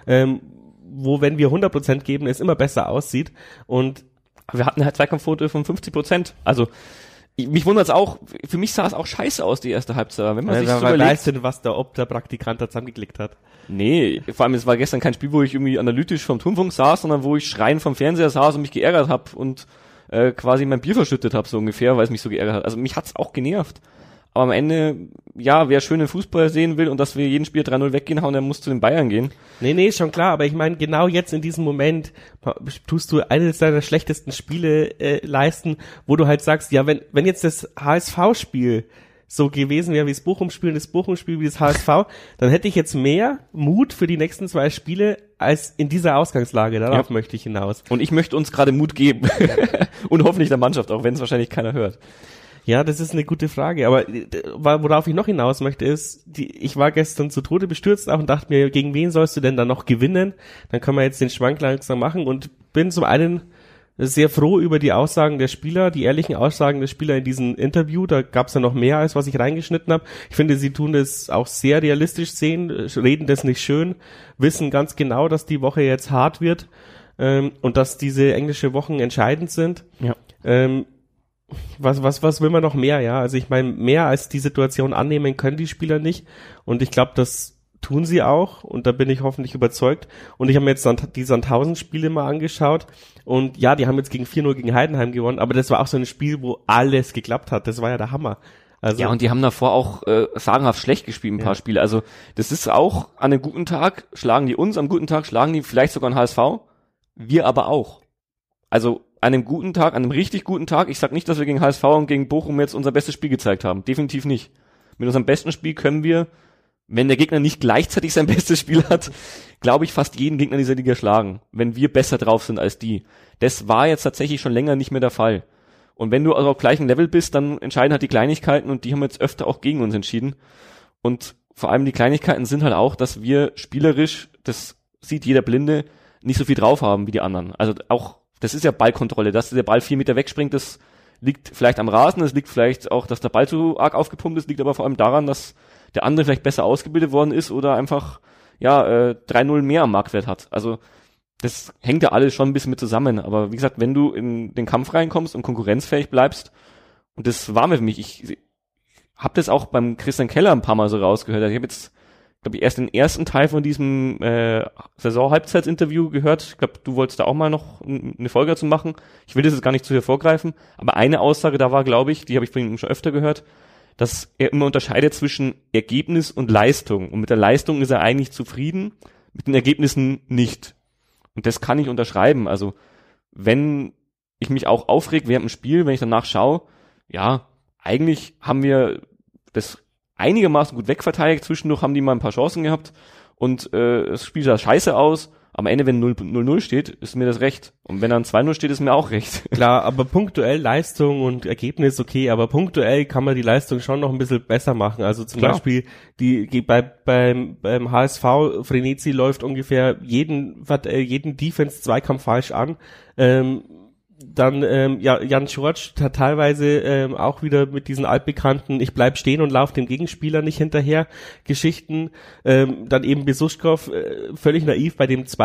wo wenn wir 100% geben, es immer besser aussieht. Und wir hatten eine Zweikampfquote von 50%. Also mich wundert's auch, für mich sah es auch scheiße aus, die erste Halbzeit. Wenn man sich so überlegt, weißt du, was der Praktikant da zusammengeklickt hat? Nee, vor allem, es war gestern kein Spiel, wo ich irgendwie analytisch vom Turmfunk saß, sondern wo ich schreiend vom Fernseher saß und mich geärgert habe und quasi mein Bier verschüttet habe, so ungefähr, weil es mich so geärgert hat. Also mich hat's auch genervt. Aber am Ende, ja, wer schönen Fußball sehen will und dass wir jeden Spiel 3-0 weggehen hauen, der muss zu den Bayern gehen. Nee, ist schon klar, aber ich meine, genau jetzt in diesem Moment tust du eines deiner schlechtesten Spiele leisten, wo du halt sagst, ja, wenn jetzt das HSV-Spiel so gewesen wäre wie das Bochum-Spiel und das Bochum-Spiel wie das HSV, dann hätte ich jetzt mehr Mut für die nächsten 2 Spiele als in dieser Ausgangslage. Darauf möchte ich hinaus. Und ich möchte uns gerade Mut geben. Und hoffentlich der Mannschaft, auch wenn es wahrscheinlich keiner hört. Ja, das ist eine gute Frage, aber worauf ich noch hinaus möchte ist, ich war gestern zu Tode bestürzt auch und dachte mir, gegen wen sollst du denn dann noch gewinnen? Dann können wir jetzt den Schwank langsam machen und bin zum einen sehr froh über die Aussagen der Spieler, die ehrlichen Aussagen der Spieler in diesem Interview, da gab es ja noch mehr, als was ich reingeschnitten habe. Ich finde, sie tun das auch sehr realistisch sehen, reden das nicht schön, wissen ganz genau, dass die Woche jetzt hart wird und dass diese englische Wochen entscheidend sind. Ja. Was will man noch mehr, ja? Also ich meine, mehr als die Situation annehmen können die Spieler nicht. Und ich glaube, dass tun sie auch und da bin ich hoffentlich überzeugt. Und ich habe mir jetzt die Sandhausen-Spiele mal angeschaut und ja, die haben jetzt gegen 4-0 gegen Heidenheim gewonnen, aber das war auch so ein Spiel, wo alles geklappt hat. Das war ja der Hammer. Also, ja, und die haben davor auch sagenhaft schlecht gespielt, ein paar Spiele. Also das ist auch, an einem guten Tag schlagen die uns, am guten Tag schlagen die vielleicht sogar einen HSV, wir aber auch. Also an einem guten Tag, an einem richtig guten Tag, ich sag nicht, dass wir gegen HSV und gegen Bochum jetzt unser bestes Spiel gezeigt haben. Definitiv nicht. Mit unserem besten Spiel können wir, wenn der Gegner nicht gleichzeitig sein bestes Spiel hat, glaube ich, fast jeden Gegner dieser Liga schlagen, wenn wir besser drauf sind als die. Das war jetzt tatsächlich schon länger nicht mehr der Fall. Und wenn du also auf gleichem Level bist, dann entscheiden halt die Kleinigkeiten und die haben jetzt öfter auch gegen uns entschieden. Und vor allem die Kleinigkeiten sind halt auch, dass wir spielerisch, das sieht jeder Blinde, nicht so viel drauf haben wie die anderen. Also auch, das ist ja Ballkontrolle, dass der Ball 4 Meter wegspringt, das liegt vielleicht am Rasen, es liegt vielleicht auch, dass der Ball zu arg aufgepumpt ist, liegt aber vor allem daran, dass der andere vielleicht besser ausgebildet worden ist oder einfach 3-0 mehr am Marktwert hat. Also das hängt ja alles schon ein bisschen mit zusammen. Aber wie gesagt, wenn du in den Kampf reinkommst und konkurrenzfähig bleibst, und das war mir für mich, ich habe das auch beim Christian Keller ein paar Mal so rausgehört. Ich habe jetzt, glaube ich, erst den ersten Teil von diesem Saison-Halbzeitsinterview gehört. Ich glaube, du wolltest da auch mal noch eine Folge dazu machen. Ich will das jetzt gar nicht zu hervorgreifen, aber eine Aussage da war, glaube ich, die habe ich von ihm schon öfter gehört, dass er immer unterscheidet zwischen Ergebnis und Leistung. Und mit der Leistung ist er eigentlich zufrieden, mit den Ergebnissen nicht. Und das kann ich unterschreiben. Also wenn ich mich auch aufreg während dem Spiel, wenn ich danach schaue, ja, eigentlich haben wir das einigermaßen gut wegverteidigt. Zwischendurch haben die mal ein paar Chancen gehabt und das Spiel sah scheiße aus. Am Ende, wenn 0-0 steht, ist mir das recht. Und wenn dann 2-0 steht, ist mir auch recht. Klar, aber punktuell Leistung und Ergebnis okay, aber punktuell kann man die Leistung schon noch ein bisschen besser machen. Also zum Beispiel beim HSV, Frenetzi läuft ungefähr jeden Defense-Zweikampf falsch an. Dann Jan George hat teilweise auch wieder mit diesen altbekannten ich bleib stehen und lauf dem Gegenspieler nicht hinterher Geschichten, dann eben Besuschkow völlig naiv bei dem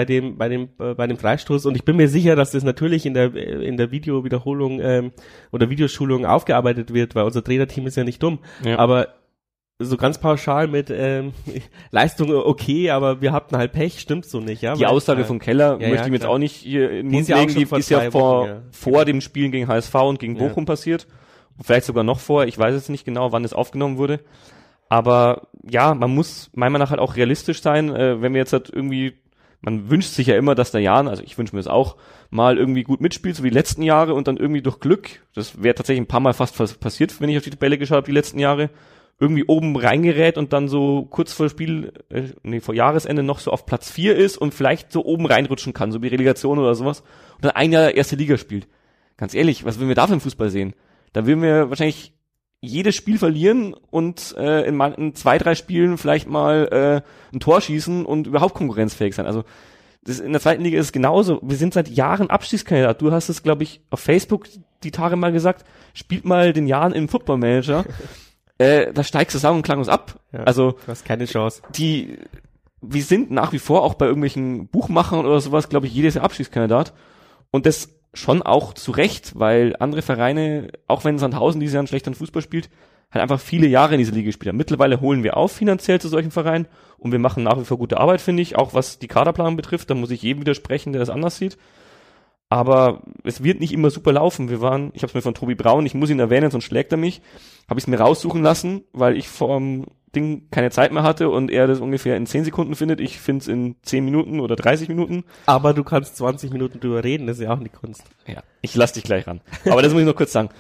Freistoß und ich bin mir sicher, dass das natürlich in der Videowiederholung oder Videoschulung aufgearbeitet wird, weil unser Trainerteam ist ja nicht dumm, aber so ganz pauschal mit Leistung okay, aber wir hatten halt Pech, stimmt so nicht, ja? Die Aussage von Keller möchte ich mir jetzt auch nicht hier in den Mund legen, die ist ja vor dem Spielen gegen HSV und gegen Bochum passiert. Und vielleicht sogar noch vorher, ich weiß jetzt nicht genau, wann es aufgenommen wurde. Aber ja, man muss meiner Meinung nach halt auch realistisch sein, wenn wir jetzt halt irgendwie, man wünscht sich ja immer, dass der Jan, also ich wünsche mir es auch, mal irgendwie gut mitspielt, so wie die letzten Jahre und dann irgendwie durch Glück, das wäre tatsächlich ein paar Mal fast passiert, wenn ich auf die Tabelle geschaut habe, die letzten Jahre, irgendwie oben reingerät und dann so kurz vor vor Jahresende noch so auf Platz 4 ist und vielleicht so oben reinrutschen kann, so wie Relegation oder sowas, und dann ein Jahr erste Liga spielt. Ganz ehrlich, was will wir da für einen Fußball sehen? Da will wir wahrscheinlich jedes Spiel verlieren und in 2-3 Spielen vielleicht mal ein Tor schießen und überhaupt konkurrenzfähig sein. Also in der zweiten Liga ist es genauso. Wir sind seit Jahren Abstiegskandidat. Du hast es, glaube ich, auf Facebook die Tage mal gesagt, spielt mal den Jan im Football Manager. Da steigst du sang- und klanglos ab. Ja, also du hast keine Chance. Wir sind nach wie vor auch bei irgendwelchen Buchmachern oder sowas, glaube ich, jedes Jahr Abstiegskandidat. Und das schon auch zu Recht, weil andere Vereine, auch wenn Sandhausen dieses Jahr einen schlechteren Fußball spielt, halt einfach viele Jahre in dieser Liga gespielt haben. Mittlerweile holen wir auf finanziell zu solchen Vereinen und wir machen nach wie vor gute Arbeit, finde ich, auch was die Kaderplanung betrifft. Da muss ich jedem widersprechen, der das anders sieht. Aber es wird nicht immer super laufen. Ich habe es mir von Tobi Braun, ich muss ihn erwähnen, sonst schlägt er mich, habe ich es mir raussuchen lassen, weil ich vom Ding keine Zeit mehr hatte und er das ungefähr in 10 Sekunden findet. Ich finde es in 10 Minuten oder 30 Minuten. Aber du kannst 20 Minuten drüber reden, das ist ja auch eine Kunst. Ja, ich lass dich gleich ran. Aber das muss ich noch kurz sagen.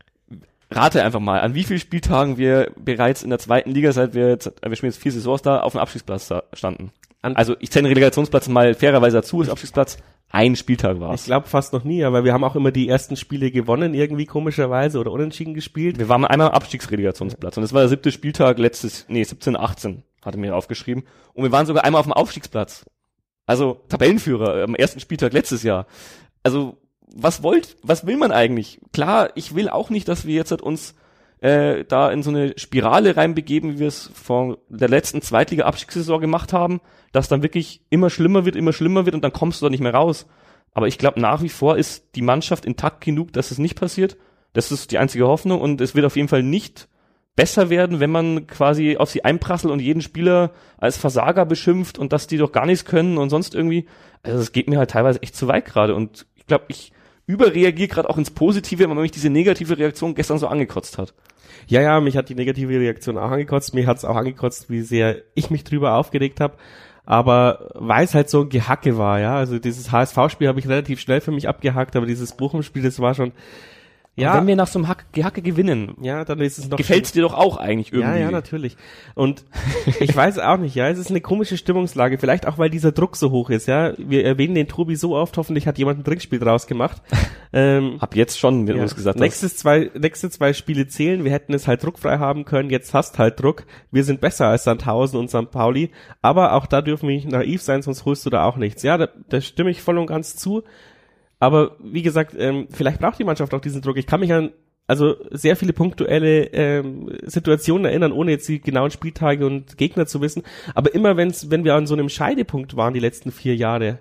Rate einfach mal, an wie vielen Spieltagen wir bereits in der zweiten Liga, seit wir spielen jetzt 4 Saisons da, auf dem Abstiegsplatz standen. Also ich zähle den Relegationsplatz mal fairerweise dazu, als Abstiegsplatz. Ein Spieltag war es. Ich glaube fast noch nie, aber wir haben auch immer die ersten Spiele gewonnen, irgendwie komischerweise, oder unentschieden gespielt. Wir waren einmal am Abstiegsrelegationsplatz und das war der 7. Spieltag 17, 18, hatte mir aufgeschrieben. Und wir waren sogar einmal auf dem Aufstiegsplatz. Also Tabellenführer am ersten Spieltag letztes Jahr. Also was will man eigentlich? Klar, ich will auch nicht, dass wir jetzt uns da in so eine Spirale reinbegeben, wie wir es vor der letzten Zweitliga-Abstiegssaison gemacht haben, dass dann wirklich immer schlimmer wird und dann kommst du da nicht mehr raus. Aber ich glaube, nach wie vor ist die Mannschaft intakt genug, dass es nicht passiert. Das ist die einzige Hoffnung und es wird auf jeden Fall nicht besser werden, wenn man quasi auf sie einprasselt und jeden Spieler als Versager beschimpft und dass die doch gar nichts können und sonst irgendwie. Also das geht mir halt teilweise echt zu weit gerade und ich glaube, ich überreagiere gerade auch ins Positive, weil mich diese negative Reaktion gestern so angekotzt hat. Ja, mich hat die negative Reaktion auch angekotzt. Mir hat es auch angekotzt, wie sehr ich mich drüber aufgeregt habe. Aber weil es halt so ein Gehacke war, ja, also dieses HSV-Spiel habe ich relativ schnell für mich abgehakt, aber dieses Bochum-Spiel, das war schon, ja. Und wenn wir nach so einem Gehacke gewinnen, ja, dann ist es noch. Gefällt's dir doch auch eigentlich irgendwie. Ja, natürlich. Und ich weiß auch nicht, ja, es ist eine komische Stimmungslage, vielleicht auch, weil dieser Druck so hoch ist, ja. Wir erwähnen den Tobi so oft, hoffentlich hat jemand ein Trinkspiel draus gemacht. Hab jetzt schon, wie du es gesagt hast. Nächste zwei Spiele zählen, wir hätten es halt druckfrei haben können, jetzt hast halt Druck. Wir sind besser als Sandhausen und St. Pauli, aber auch da dürfen wir nicht naiv sein, sonst holst du da auch nichts. Ja, da stimme ich voll und ganz zu. Aber wie gesagt, vielleicht braucht die Mannschaft auch diesen Druck. Ich kann mich an sehr viele punktuelle Situationen erinnern, ohne jetzt die genauen Spieltage und Gegner zu wissen. Aber immer wenn wir an so einem Scheidepunkt waren die letzten 4 Jahre,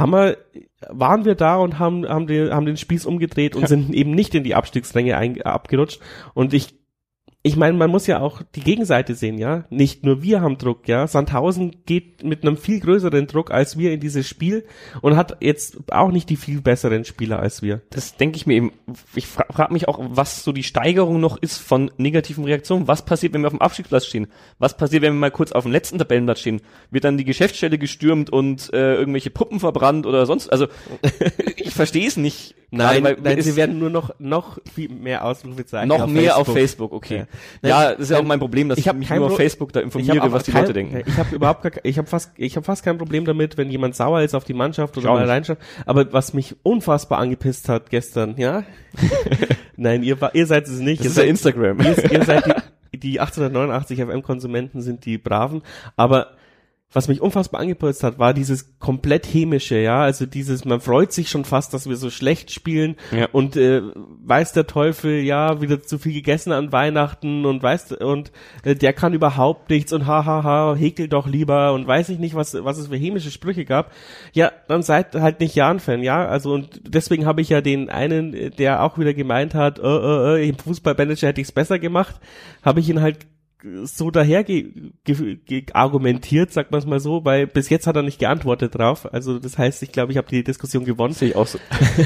waren wir da und haben den Spieß umgedreht und sind eben nicht in die Abstiegsränge abgerutscht. Und ich meine, man muss ja auch die Gegenseite sehen, ja. Nicht nur wir haben Druck, ja. Sandhausen geht mit einem viel größeren Druck als wir in dieses Spiel und hat jetzt auch nicht die viel besseren Spieler als wir. Das denke ich mir eben. Ich frage mich auch, was so die Steigerung noch ist von negativen Reaktionen. Was passiert, wenn wir auf dem Abstiegsplatz stehen? Was passiert, wenn wir mal kurz auf dem letzten Tabellenplatz stehen? Wird dann die Geschäftsstelle gestürmt und irgendwelche Puppen verbrannt oder sonst? Also ich verstehe es nicht. Nein, sie werden nur noch viel mehr Ausrufezeichen noch mehr Facebook. Auf Facebook, okay. Ja, das ist ja auch mein Problem, dass ich mich nur auf Facebook da informiere, was die Leute denken. Ich habe fast kein Problem damit, wenn jemand sauer ist auf die Mannschaft oder mal reinschaut. Aber was mich unfassbar angepisst hat gestern, ja? Nein, ihr seid es nicht. Das ist ja Instagram. Ihr seid die 1889 FM-Konsumenten sind die Braven, aber was mich unfassbar angeputzt hat, war dieses komplett hämische, ja, also man freut sich schon fast, dass wir so schlecht spielen und weiß der Teufel, ja, wieder zu viel gegessen an Weihnachten und der kann überhaupt nichts und häkel doch lieber und weiß ich nicht, was es für hämische Sprüche gab. Ja, dann seid halt nicht Jan-Fan, ja, also und deswegen habe ich ja den einen, der auch wieder gemeint hat, im Fußballmanager hätte ich es besser gemacht, habe ich ihn halt so daher argumentiert, sagt man es mal so, weil bis jetzt hat er nicht geantwortet drauf. Also das heißt, ich glaube, ich habe die Diskussion gewonnen. Sehe ich auch so.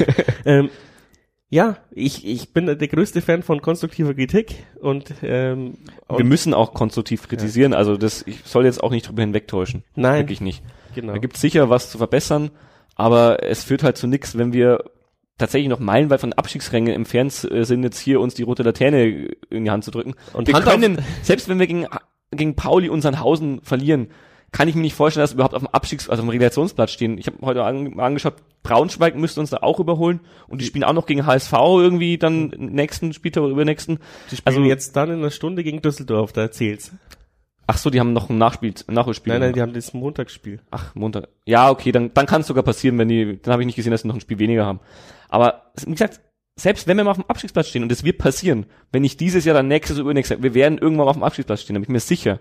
Ja, ich bin der größte Fan von konstruktiver Kritik und wir müssen auch konstruktiv kritisieren. Ja. Also ich soll jetzt auch nicht drüber hinwegtäuschen. Nein, wirklich nicht. Genau. Da gibt's sicher was zu verbessern, aber es führt halt zu nichts, wenn wir tatsächlich noch meilenweit von Abstiegsrängen entfernt sind, jetzt hier uns die rote Laterne in die Hand zu drücken. Und wir können, selbst wenn wir gegen Pauli und Sandhausen verlieren, kann ich mir nicht vorstellen, dass wir überhaupt auf dem also auf dem Relegationsplatz stehen. Ich habe heute angeschaut, Braunschweig müsste uns da auch überholen und die spielen auch noch gegen HSV irgendwie dann nächsten Spieltag oder übernächsten. Die spielen jetzt dann in einer Stunde gegen Düsseldorf, da erzähl's. Ach so, die haben noch ein Nachholspiel. Nein, die haben das Montagsspiel. Ach, Montag. Ja, okay, dann kann es sogar passieren, dann habe ich nicht gesehen, dass sie noch ein Spiel weniger haben. Aber, wie gesagt, selbst wenn wir mal auf dem Abstiegsplatz stehen, und das wird passieren, wenn nicht dieses Jahr, dann nächstes oder übernächstes Jahr, wir werden irgendwann mal auf dem Abstiegsplatz stehen, da bin ich mir sicher.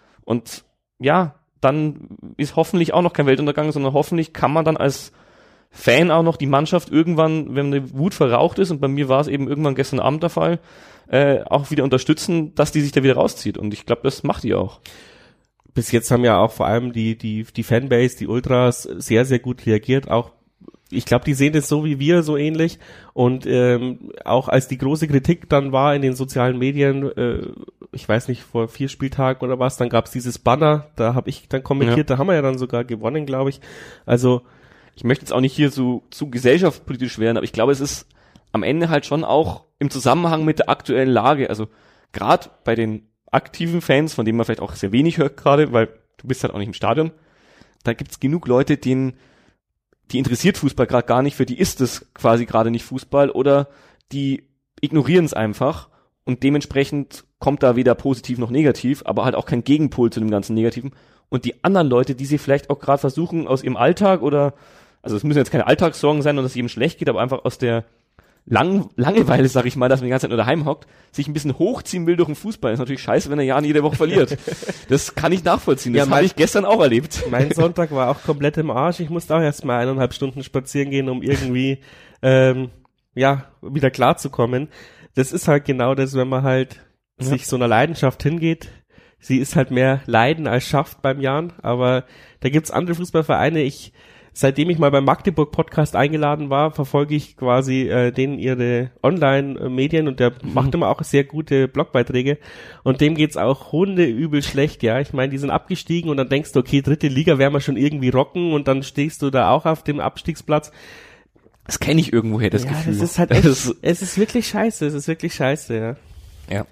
Und ja, dann ist hoffentlich auch noch kein Weltuntergang, sondern hoffentlich kann man dann als Fan auch noch die Mannschaft irgendwann, wenn die Wut verraucht ist, und bei mir war es eben irgendwann gestern Abend der Fall, auch wieder unterstützen, dass die sich da wieder rauszieht. Und ich glaube, das macht die auch. Bis jetzt haben ja auch vor allem die Fanbase, die Ultras sehr, sehr gut reagiert, auch ich glaube, die sehen das so wie wir, so ähnlich. Und auch als die große Kritik dann war in den sozialen Medien, ich weiß nicht, vor 4 Spieltagen oder was, dann gab es dieses Banner, da habe ich dann kommentiert, da haben wir ja dann sogar gewonnen, glaube ich. Also ich möchte jetzt auch nicht hier zu gesellschaftspolitisch werden, aber ich glaube, es ist am Ende halt schon auch im Zusammenhang mit der aktuellen Lage, also gerade bei den aktiven Fans, von denen man vielleicht auch sehr wenig hört gerade, weil du bist halt auch nicht im Stadion, da gibt's genug Leute, die interessiert Fußball gerade gar nicht, für die ist es quasi gerade nicht Fußball oder die ignorieren es einfach und dementsprechend kommt da weder positiv noch negativ, aber halt auch kein Gegenpol zu dem ganzen Negativen. Und die anderen Leute, die sie vielleicht auch gerade versuchen aus ihrem Alltag oder, also es müssen jetzt keine Alltagssorgen sein und dass es jedem schlecht geht, aber einfach aus der Langeweile, sag ich mal, dass man die ganze Zeit nur daheim hockt, sich ein bisschen hochziehen will durch den Fußball. Ist natürlich scheiße, wenn er Jan jede Woche verliert. Das kann ich nachvollziehen. Das habe ich gestern auch erlebt. Mein Sonntag war auch komplett im Arsch. Ich musste auch erst mal 1,5 Stunden spazieren gehen, um irgendwie wieder klarzukommen. Das ist halt genau das, wenn man halt sich so einer Leidenschaft hingeht. Sie ist halt mehr Leiden als schafft beim Jan, aber da gibt's andere Fußballvereine. Seitdem ich mal beim Magdeburg-Podcast eingeladen war, verfolge ich quasi denen ihre Online-Medien und der macht immer auch sehr gute Blogbeiträge und dem geht's auch hundeübel schlecht, ja. Ich meine, die sind abgestiegen und dann denkst du, okay, 3. Liga werden wir schon irgendwie rocken und dann stehst du da auch auf dem Abstiegsplatz. Das kenne ich irgendwoher, das Gefühl. Das ist halt echt, es ist wirklich scheiße, ja. Ja.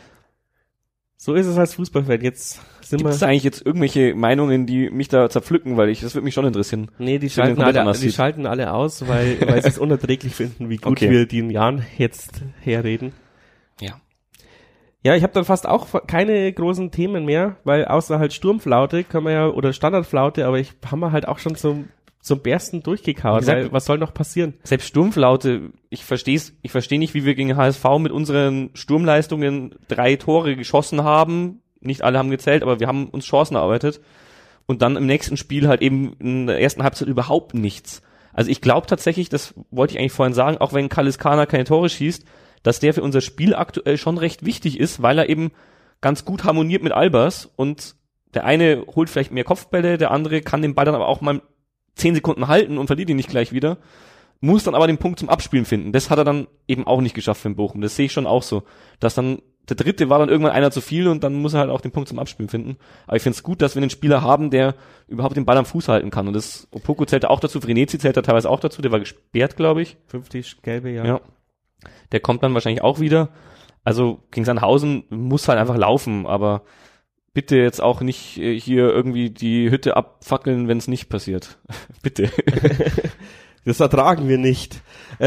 So ist es als Fußballfan. Jetzt sind Gibt es eigentlich jetzt irgendwelche Meinungen, die mich da zerpflücken, das würde mich schon interessieren. Nee, die schalten alle aus, weil sie es unerträglich finden, wie gut wir die in Jahren jetzt herreden. Ja. Ja, ich habe dann fast auch keine großen Themen mehr, weil außer halt Sturmflaute können wir ja, oder Standardflaute, aber haben wir halt auch schon zum Bersten durchgekaut, weil was soll noch passieren? Selbst Sturmflaute, ich verstehe nicht, wie wir gegen HSV mit unseren Sturmleistungen 3 Tore geschossen haben. Nicht alle haben gezählt, aber wir haben uns Chancen erarbeitet. Und dann im nächsten Spiel halt eben in der ersten Halbzeit überhaupt nichts. Also ich glaube tatsächlich, das wollte ich eigentlich vorhin sagen, auch wenn Kaliskana keine Tore schießt, dass der für unser Spiel aktuell schon recht wichtig ist, weil er eben ganz gut harmoniert mit Albers und der eine holt vielleicht mehr Kopfbälle, der andere kann den Ball dann aber auch mal 10 Sekunden halten und verliert ihn nicht gleich wieder, muss dann aber den Punkt zum Abspielen finden. Das hat er dann eben auch nicht geschafft für den Bochum. Das sehe ich schon auch so. Dass dann der dritte war dann irgendwann einer zu viel und dann muss er halt auch den Punkt zum Abspielen finden. Aber ich finde es gut, dass wir einen Spieler haben, der überhaupt den Ball am Fuß halten kann. Und das Opoku zählt da auch dazu, Vrenetzi zählt da teilweise auch dazu, der war gesperrt, glaube ich. 50 gelbe, ja. Der kommt dann wahrscheinlich auch wieder. Also gegen Sandhausen muss halt einfach laufen, aber bitte jetzt auch nicht hier irgendwie die Hütte abfackeln, wenn es nicht passiert. Bitte. Das ertragen wir nicht.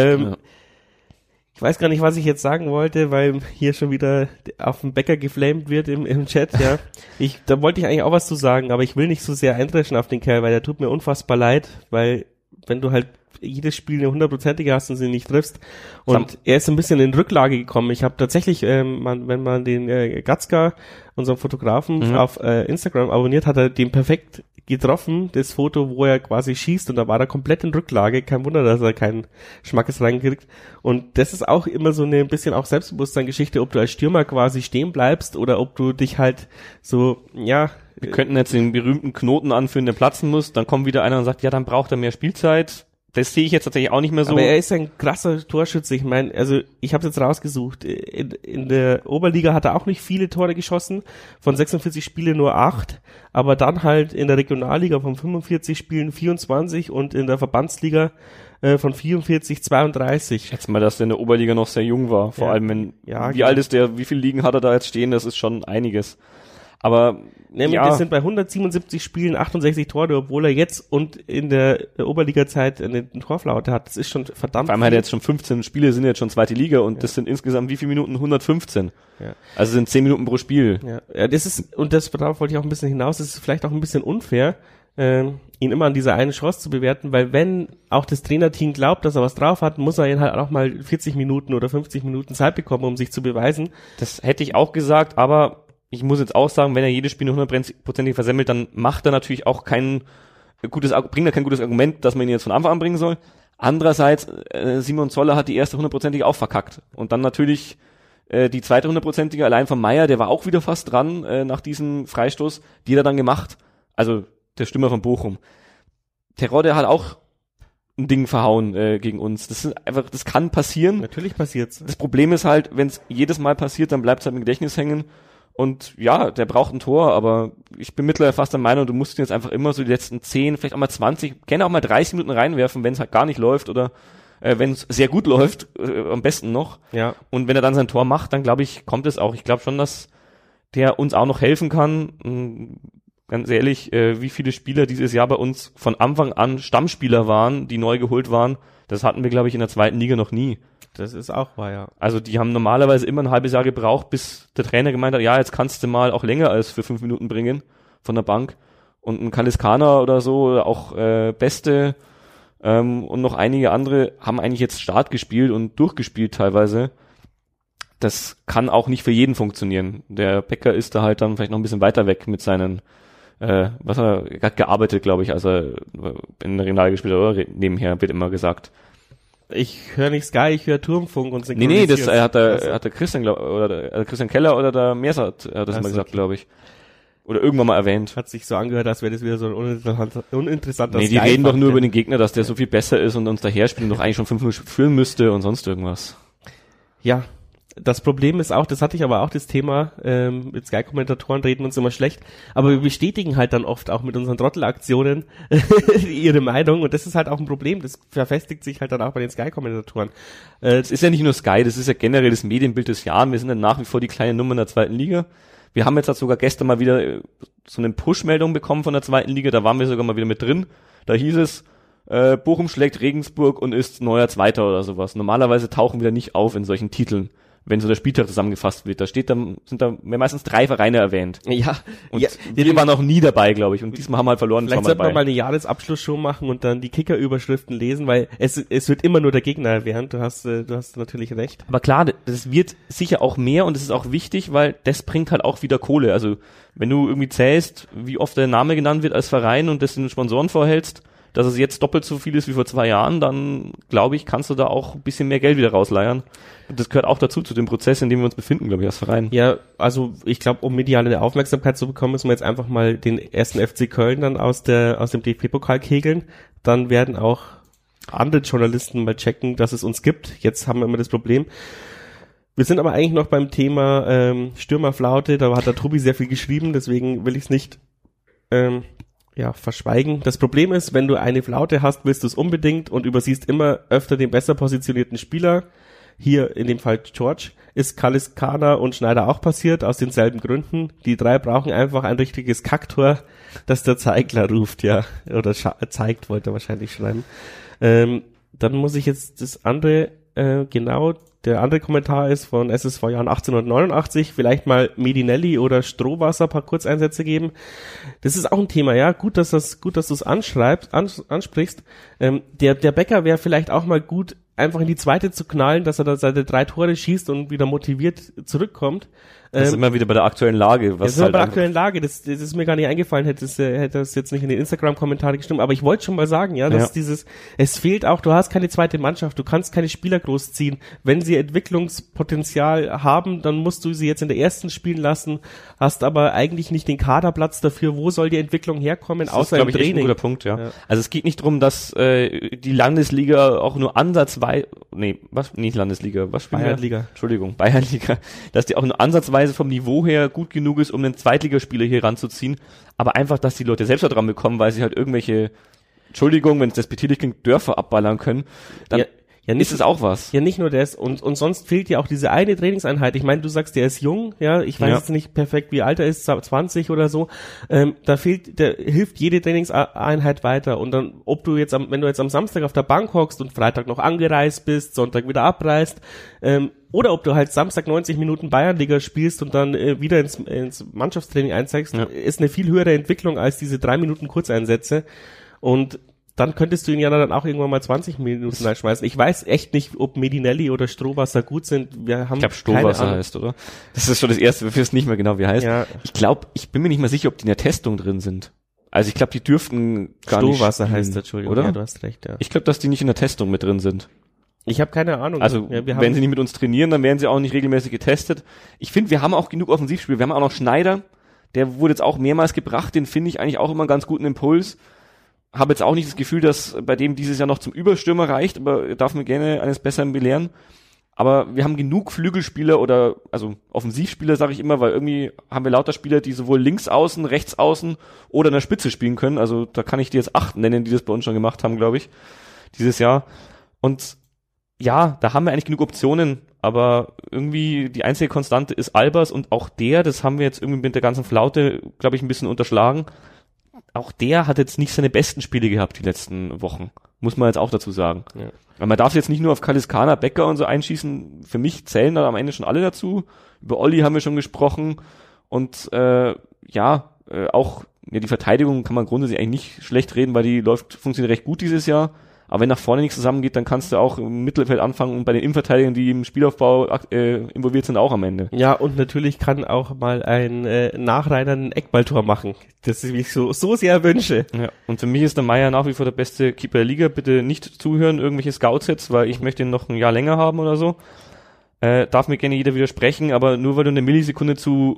Ich weiß gar nicht, was ich jetzt sagen wollte, weil hier schon wieder auf den Bäcker geflamed wird im Chat, ja. Da wollte ich eigentlich auch was zu sagen, aber ich will nicht so sehr eindreschen auf den Kerl, weil der tut mir unfassbar leid, weil wenn du halt jedes Spiel eine 100%ige hast und sie nicht triffst. Und er ist ein bisschen in Rücklage gekommen. Ich habe tatsächlich, wenn man den Gatzka, unseren Fotografen, auf Instagram abonniert, hat er den perfekt getroffen, das Foto, wo er quasi schießt und da war er komplett in Rücklage. Kein Wunder, dass er keinen Schmackes reinkriegt. Und das ist auch immer so eine ein bisschen auch Selbstbewusstsein-Geschichte, ob du als Stürmer quasi stehen bleibst oder ob du dich halt so, ja. Wir könnten jetzt den berühmten Knoten anführen, der platzen muss. Dann kommt wieder einer und sagt, ja, dann braucht er mehr Spielzeit. Das sehe ich jetzt tatsächlich auch nicht mehr so. Aber er ist ein krasser Torschütze. Ich meine, also ich habe es jetzt rausgesucht. In der Oberliga hat er auch nicht viele Tore geschossen. Von 46 Spielen nur 8. Aber dann halt in der Regionalliga von 45 Spielen 24 und in der Verbandsliga von 44 32. Ich schätze mal, dass der in der Oberliga noch sehr jung war. Vor allem, wenn, wie alt ist der, wie viele Ligen hat er da jetzt stehen? Das ist schon einiges. Aber das sind bei 177 Spielen 68 Tore, obwohl er jetzt und in der Oberliga-Zeit eine Torflaute hat. Das ist schon verdammt. Vor allem hat er jetzt schon 15 Spiele, sind jetzt schon zweite Liga und das sind insgesamt wie viele Minuten? 115. Ja. Also sind 10 Minuten pro Spiel. Ja, das ist, und darauf wollte ich auch ein bisschen hinaus, das ist vielleicht auch ein bisschen unfair, ihn immer an dieser einen Chance zu bewerten, weil wenn auch das Trainerteam glaubt, dass er was drauf hat, muss er ihn halt auch mal 40 Minuten oder 50 Minuten Zeit bekommen, um sich zu beweisen. Das hätte ich auch gesagt, aber ich muss jetzt auch sagen, wenn er jedes Spiel nur 100% versemmelt, dann macht er natürlich auch bringt er kein gutes Argument, dass man ihn jetzt von Anfang an bringen soll. Andererseits, Simon Zoller hat die erste 100%ige auch verkackt. Und dann natürlich die zweite 100%ige allein von Meier, der war auch wieder fast dran nach diesem Freistoß, die hat er dann gemacht. Also der Stürmer von Bochum. Terodde hat auch ein Ding verhauen gegen uns. Das kann passieren. Natürlich passiert's. Das Problem ist halt, wenn es jedes Mal passiert, dann bleibt es halt im Gedächtnis hängen. Und ja, der braucht ein Tor, aber ich bin mittlerweile fast der Meinung, du musst ihn jetzt einfach immer so die letzten 10, vielleicht auch mal 20, gerne auch mal 30 Minuten reinwerfen, wenn es halt gar nicht läuft oder wenn es sehr gut läuft, am besten noch. Ja. Und wenn er dann sein Tor macht, dann glaube ich, kommt es auch. Ich glaube schon, dass der uns auch noch helfen kann. Ganz ehrlich, wie viele Spieler dieses Jahr bei uns von Anfang an Stammspieler waren, die neu geholt waren, das hatten wir, glaube ich, in der zweiten Liga noch nie. Das ist auch wahr, ja. Also die haben normalerweise immer ein halbes Jahr gebraucht, bis der Trainer gemeint hat, ja, jetzt kannst du mal auch länger als für 5 Minuten bringen von der Bank. Und ein Kaliskana oder so, oder auch Beste und noch einige andere haben eigentlich jetzt Start gespielt und durchgespielt teilweise. Das kann auch nicht für jeden funktionieren. Der Becker ist da halt dann vielleicht noch ein bisschen weiter weg mit seinen er hat gearbeitet, glaube ich, als er in der Regionalliga gespielt hat, oder nebenher wird immer gesagt. Ich höre nicht Sky, ich höre Turmfunk und Nee, das hat der Christian, der Christian Keller oder der Mersat hat das mal gesagt, glaube ich. Oder irgendwann mal erwähnt. Hat sich so angehört, als wäre das wieder so ein uninteressanter Nee, die reden doch nur über den Gegner, dass der so viel besser ist und uns daher spielen und doch eigentlich schon 5-0 führen müsste und sonst irgendwas. Ja, das Problem ist auch, das hatte ich aber auch das Thema, mit Sky-Kommentatoren reden uns immer schlecht, aber wir bestätigen halt dann oft auch mit unseren Trottelaktionen ihre Meinung und das ist halt auch ein Problem, das verfestigt sich halt dann auch bei den Sky-Kommentatoren. Es ist ja nicht nur Sky, das ist ja generell das Medienbild des Jahres, wir sind dann nach wie vor die kleine Nummer in der zweiten Liga. Wir haben jetzt halt sogar gestern mal wieder so eine Push-Meldung bekommen von der zweiten Liga, da waren wir sogar mal wieder mit drin. Da hieß es, Bochum schlägt Regensburg und ist neuer Zweiter oder sowas. Normalerweise tauchen wir da nicht auf in solchen Titeln, wenn so der Spieltag zusammengefasst wird. Sind da meistens 3 Vereine erwähnt. Ja. Und wir waren auch nie dabei, glaube ich. Und diesmal haben wir halt verloren. Vielleicht sollten wir mal eine Jahresabschlussshow machen und dann die Kicker-Überschriften lesen, weil es wird immer nur der Gegner erwähnt. Du hast natürlich recht. Aber klar, das wird sicher auch mehr und es ist auch wichtig, weil das bringt halt auch wieder Kohle. Also wenn du irgendwie zählst, wie oft der Name genannt wird als Verein und das den Sponsoren vorhältst, dass es jetzt doppelt so viel ist wie vor 2 Jahren, dann glaube ich, kannst du da auch ein bisschen mehr Geld wieder rausleiern. Und das gehört auch dazu, zu dem Prozess, in dem wir uns befinden, glaube ich, als Verein. Ja, also ich glaube, um mediale Aufmerksamkeit zu bekommen, müssen wir jetzt einfach mal den ersten FC Köln dann aus dem DFB-Pokal kegeln. Dann werden auch andere Journalisten mal checken, dass es uns gibt. Jetzt haben wir immer das Problem. Wir sind aber eigentlich noch beim Thema Stürmerflaute. Da hat der Tobi sehr viel geschrieben, deswegen will ich es nicht verschweigen. Das Problem ist, wenn du eine Flaute hast, willst du es unbedingt und übersiehst immer öfter den besser positionierten Spieler. Hier in dem Fall George, ist Kaliskana und Schneider auch passiert, aus denselben Gründen. Die 3 brauchen einfach ein richtiges Kacktor, das der Zeigler ruft, ja. Oder zeigt, wollte er wahrscheinlich schreiben. Dann muss ich jetzt das andere, der andere Kommentar ist von SSV Jahren 1889, vielleicht mal Medinelli oder Strohwasser paar Kurzeinsätze geben. Das ist auch ein Thema, ja, gut, dass du es ansprichst. Der Becker wäre vielleicht auch mal gut, einfach in die zweite zu knallen, dass er da seine 3 Tore schießt und wieder motiviert zurückkommt. Das ist immer wieder bei der aktuellen Lage. Das ist halt bei der aktuellen Lage, das ist mir gar nicht eingefallen, hätte das jetzt nicht in den Instagram-Kommentare gestimmt, aber ich wollte schon mal sagen, ja, dass es fehlt auch, du hast keine zweite Mannschaft, du kannst keine Spieler großziehen. Wenn sie Entwicklungspotenzial haben, dann musst du sie jetzt in der ersten spielen lassen, hast aber eigentlich nicht den Kaderplatz dafür, wo soll die Entwicklung herkommen, außer im Training. Das ist, glaube ich, echt ein guter Punkt, ja. Also es geht nicht darum, dass die Landesliga auch nur ansatzweise, Bayernliga, dass die auch nur ansatzweise vom Niveau her gut genug ist, um einen Zweitligaspieler hier ranzuziehen, aber einfach, dass die Leute selbst da dran bekommen, weil sie halt irgendwelche, Entschuldigung, wenn es despektierlich klingt, Dörfer abballern können, dann ist es auch was. Ja, nicht nur das. Und sonst fehlt ja auch diese eine Trainingseinheit. Ich meine, du sagst, der ist jung, ja, ich weiß jetzt nicht perfekt, wie alt er ist, 20 oder so. Da hilft jede Trainingseinheit weiter. Und dann, wenn du jetzt am Samstag auf der Bank hockst und Freitag noch angereist bist, Sonntag wieder abreist, oder ob du halt Samstag 90 Minuten Bayernliga spielst und dann wieder ins Mannschaftstraining einzeigst, ist eine viel höhere Entwicklung als diese 3 Minuten Kurzeinsätze. Und dann könntest du ihn ja dann auch irgendwann mal 20 Minuten reinschmeißen. Ich weiß echt nicht, ob Medinelli oder Strohwasser gut sind. Ich glaube, Strohwasser heißt, oder? Das ist schon das Erste, wir wissen nicht mehr genau, wie er heißt. Ja. Ich bin mir nicht mal sicher, ob die in der Testung drin sind. Also ich glaube, die dürften gar nicht Strohwasser heißt, Entschuldigung. Oder? Ja, du hast recht, ja. Ich glaube, dass die nicht in der Testung mit drin sind. Ich habe keine Ahnung. Also, wenn sie nicht mit uns trainieren, dann werden sie auch nicht regelmäßig getestet. Ich finde, wir haben auch genug Offensivspiel. Wir haben auch noch Schneider, der wurde jetzt auch mehrmals gebracht, den finde ich eigentlich auch immer einen ganz guten Impuls. Habe jetzt auch nicht das Gefühl, dass bei dem dieses Jahr noch zum Überstürmer reicht, aber darf mir gerne eines Besseren belehren. Aber wir haben genug Flügelspieler oder, also Offensivspieler, sage ich immer, weil irgendwie haben wir lauter Spieler, die sowohl links außen, rechts außen oder in der Spitze spielen können. Also da kann ich die jetzt 8 nennen, die das bei uns schon gemacht haben, glaube ich, dieses Jahr. Und ja, da haben wir eigentlich genug Optionen, aber irgendwie die einzige Konstante ist Albers und auch das haben wir jetzt irgendwie mit der ganzen Flaute, glaube ich, ein bisschen unterschlagen. Auch der hat jetzt nicht seine besten Spiele gehabt die letzten Wochen. Muss man jetzt auch dazu sagen. Ja. Weil man darf jetzt nicht nur auf Kaliskana, Becker und so einschießen. Für mich zählen da am Ende schon alle dazu. Über Olli haben wir schon gesprochen. Und auch die Verteidigung kann man grundsätzlich eigentlich nicht schlecht reden, weil die funktioniert recht gut dieses Jahr. Aber wenn nach vorne nichts zusammengeht, dann kannst du auch im Mittelfeld anfangen und bei den Innenverteidigern, die im Spielaufbau involviert sind, auch am Ende. Ja, und natürlich kann auch mal ein Nachreiner ein Eckballtor machen, das ich mich so sehr wünsche. Ja. Und für mich ist der Meier nach wie vor der beste Keeper der Liga. Bitte nicht zuhören, irgendwelche Scouts jetzt, weil ich möchte ihn noch ein Jahr länger haben oder so. Darf mir gerne jeder widersprechen, aber nur weil du eine Millisekunde zu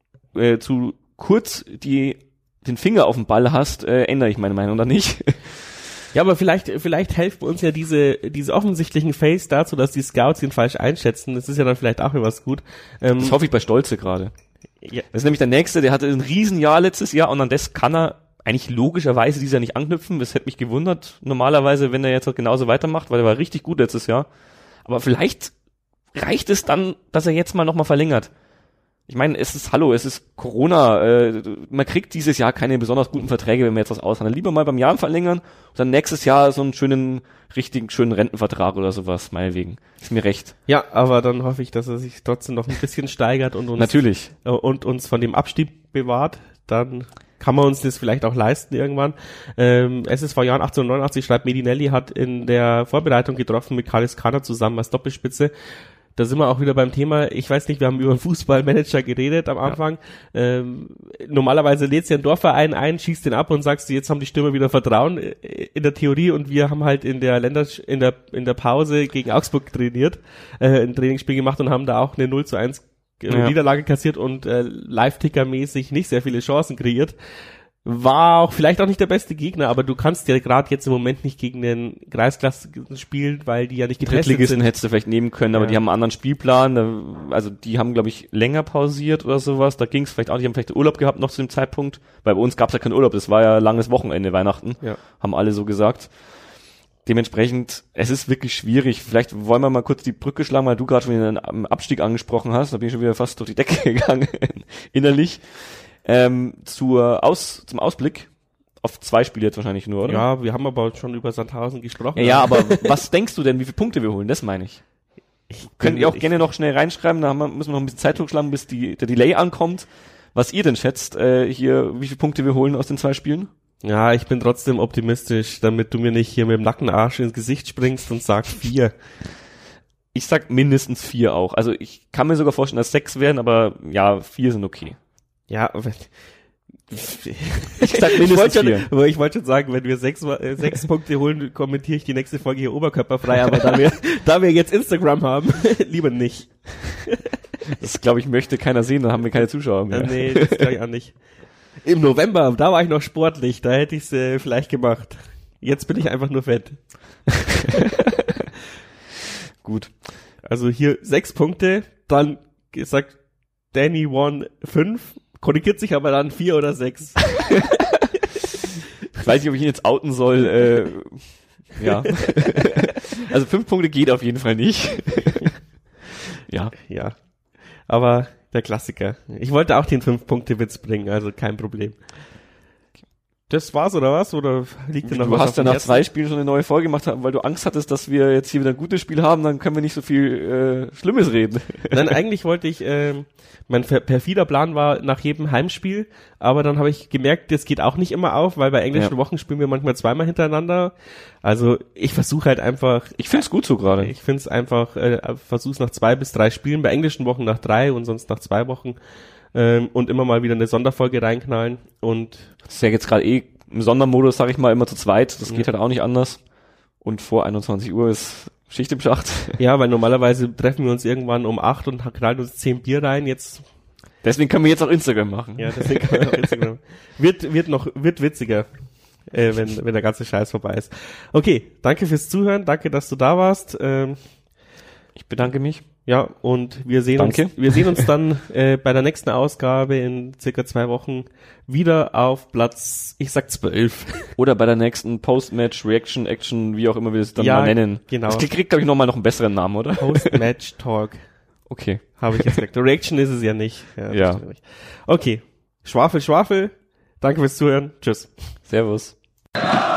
kurz den Finger auf dem Ball hast, ändere ich meine Meinung dann nicht. Ja, aber vielleicht helfen uns ja diese offensichtlichen Fails dazu, dass die Scouts ihn falsch einschätzen. Das ist ja dann vielleicht auch was gut. Das hoffe ich bei Stolze gerade. Ja. Das ist nämlich der Nächste, der hatte ein Riesenjahr letztes Jahr und an das kann er eigentlich logischerweise dieses Jahr nicht anknüpfen. Das hätte mich gewundert, normalerweise, wenn er jetzt halt genauso weitermacht, weil er war richtig gut letztes Jahr. Aber vielleicht reicht es dann, dass er jetzt mal nochmal verlängert. Ich meine, es ist Corona, man kriegt dieses Jahr keine besonders guten Verträge, wenn wir jetzt was aushandeln. Lieber mal beim Jahr verlängern und dann nächstes Jahr so einen richtig schönen Rentenvertrag oder sowas, meinetwegen. Ist mir recht. Ja, aber dann hoffe ich, dass er sich trotzdem noch ein bisschen steigert und uns natürlich und uns von dem Abstieg bewahrt. Dann kann man uns das vielleicht auch leisten irgendwann. SSV Jahren 1889, schreibt Medinelli, hat in der Vorbereitung getroffen mit Kalis Kana zusammen als Doppelspitze. Da sind wir auch wieder beim Thema, ich weiß nicht, wir haben über einen Fußballmanager geredet am Anfang. Ja. Normalerweise lädst du ja einen Dorfverein ein, schießt den ab und sagst, jetzt haben die Stürmer wieder Vertrauen in der Theorie und wir haben halt in der Pause gegen Augsburg trainiert, ein Trainingsspiel gemacht und haben da auch eine 0:1 Niederlage kassiert und Live-Ticker-mäßig nicht sehr viele Chancen kreiert. War auch vielleicht auch nicht der beste Gegner, aber du kannst ja gerade jetzt im Moment nicht gegen den Kreisklasse spielen, weil die ja nicht getestet Drittligisten sind. hättest du vielleicht nehmen können, aber die haben einen anderen Spielplan. Also die haben, glaube ich, länger pausiert oder sowas. Da ging es vielleicht auch, die haben vielleicht Urlaub gehabt noch zu dem Zeitpunkt, weil bei uns gab es ja keinen Urlaub, das war ja langes Wochenende, Weihnachten, haben alle so gesagt. Dementsprechend, es ist wirklich schwierig. Vielleicht wollen wir mal kurz die Brücke schlagen, weil du gerade schon wieder den Abstieg angesprochen hast. Da bin ich schon wieder fast durch die Decke gegangen, innerlich. Zum Ausblick auf 2 Spiele jetzt wahrscheinlich nur, oder? Ja, wir haben aber schon über Sandhausen gesprochen. Ja, aber was denkst du denn, wie viele Punkte wir holen? Das meine ich. Könnt ihr auch gerne noch schnell reinschreiben, da müssen wir noch ein bisschen Zeit hochschlagen, bis der Delay ankommt. Was ihr denn schätzt, hier, wie viele Punkte wir holen aus den 2 Spielen? Ja, ich bin trotzdem optimistisch, damit du mir nicht hier mit dem Nackenarsch ins Gesicht springst und sagst 4. Ich sag mindestens 4 auch. Also ich kann mir sogar vorstellen, dass 6 werden, aber ja, 4 sind okay. Ja, ich sag mindestens 4. Ich wollte schon sagen, wenn wir 6 Punkte holen, kommentiere ich die nächste Folge hier oberkörperfrei, aber da wir jetzt Instagram haben, lieber nicht. Das, glaube ich, möchte keiner sehen, dann haben wir keine Zuschauer mehr. Nee, das glaube ich auch nicht. Im November, da war ich noch sportlich, da hätte ich es vielleicht gemacht. Jetzt bin ich einfach nur fett. Gut. Also hier 6 Punkte, dann sagt Danny 5, korrigiert sich aber dann 4 oder 6. Ich weiß nicht, ob ich ihn jetzt outen soll. Ja. Also 5 Punkte geht auf jeden Fall nicht. Ja. Ja. Aber der Klassiker. Ich wollte auch den 5-Punkte-Witz bringen, also kein Problem. Das war's, oder was? Oder liegt dir noch was? Du hast ja nach 2 Spielen schon eine neue Folge gemacht, weil du Angst hattest, dass wir jetzt hier wieder ein gutes Spiel haben, dann können wir nicht so viel Schlimmes reden. Nein, eigentlich wollte ich, mein perfider Plan war nach jedem Heimspiel, aber dann habe ich gemerkt, das geht auch nicht immer auf, weil bei englischen Wochen spielen wir manchmal 2-mal hintereinander. Also ich versuche halt einfach... Ich find's gut so gerade. Ich find's einfach, versuch's nach 2 bis 3 Spielen, bei englischen Wochen nach 3 und sonst nach 2 Wochen. Und immer mal wieder eine Sonderfolge reinknallen und das ist ja jetzt gerade im Sondermodus, sag ich mal, immer zu zweit, das geht halt auch nicht anders und vor 21 Uhr ist Schicht im Schacht. Ja, weil normalerweise treffen wir uns irgendwann um 8 und knallen uns 10 Bier rein, jetzt deswegen können wir jetzt auch Instagram machen. Ja, deswegen können wir auch Instagram. Wird witziger, wenn der ganze Scheiß vorbei ist. Okay, danke fürs Zuhören, danke, dass du da warst. Ich bedanke mich. Ja, und wir sehen uns dann bei der nächsten Ausgabe in circa 2 Wochen wieder auf Platz, ich sag 12. Oder bei der nächsten Post-Match, Reaction, Action, wie auch immer wir es dann mal nennen. Genau. Das kriegt, glaube ich, nochmal noch einen besseren Namen, oder? Post-Match Talk. Okay. Habe ich jetzt gesagt. Reaction ist es ja nicht. Ja. Okay. Schwafel. Danke fürs Zuhören. Tschüss. Servus.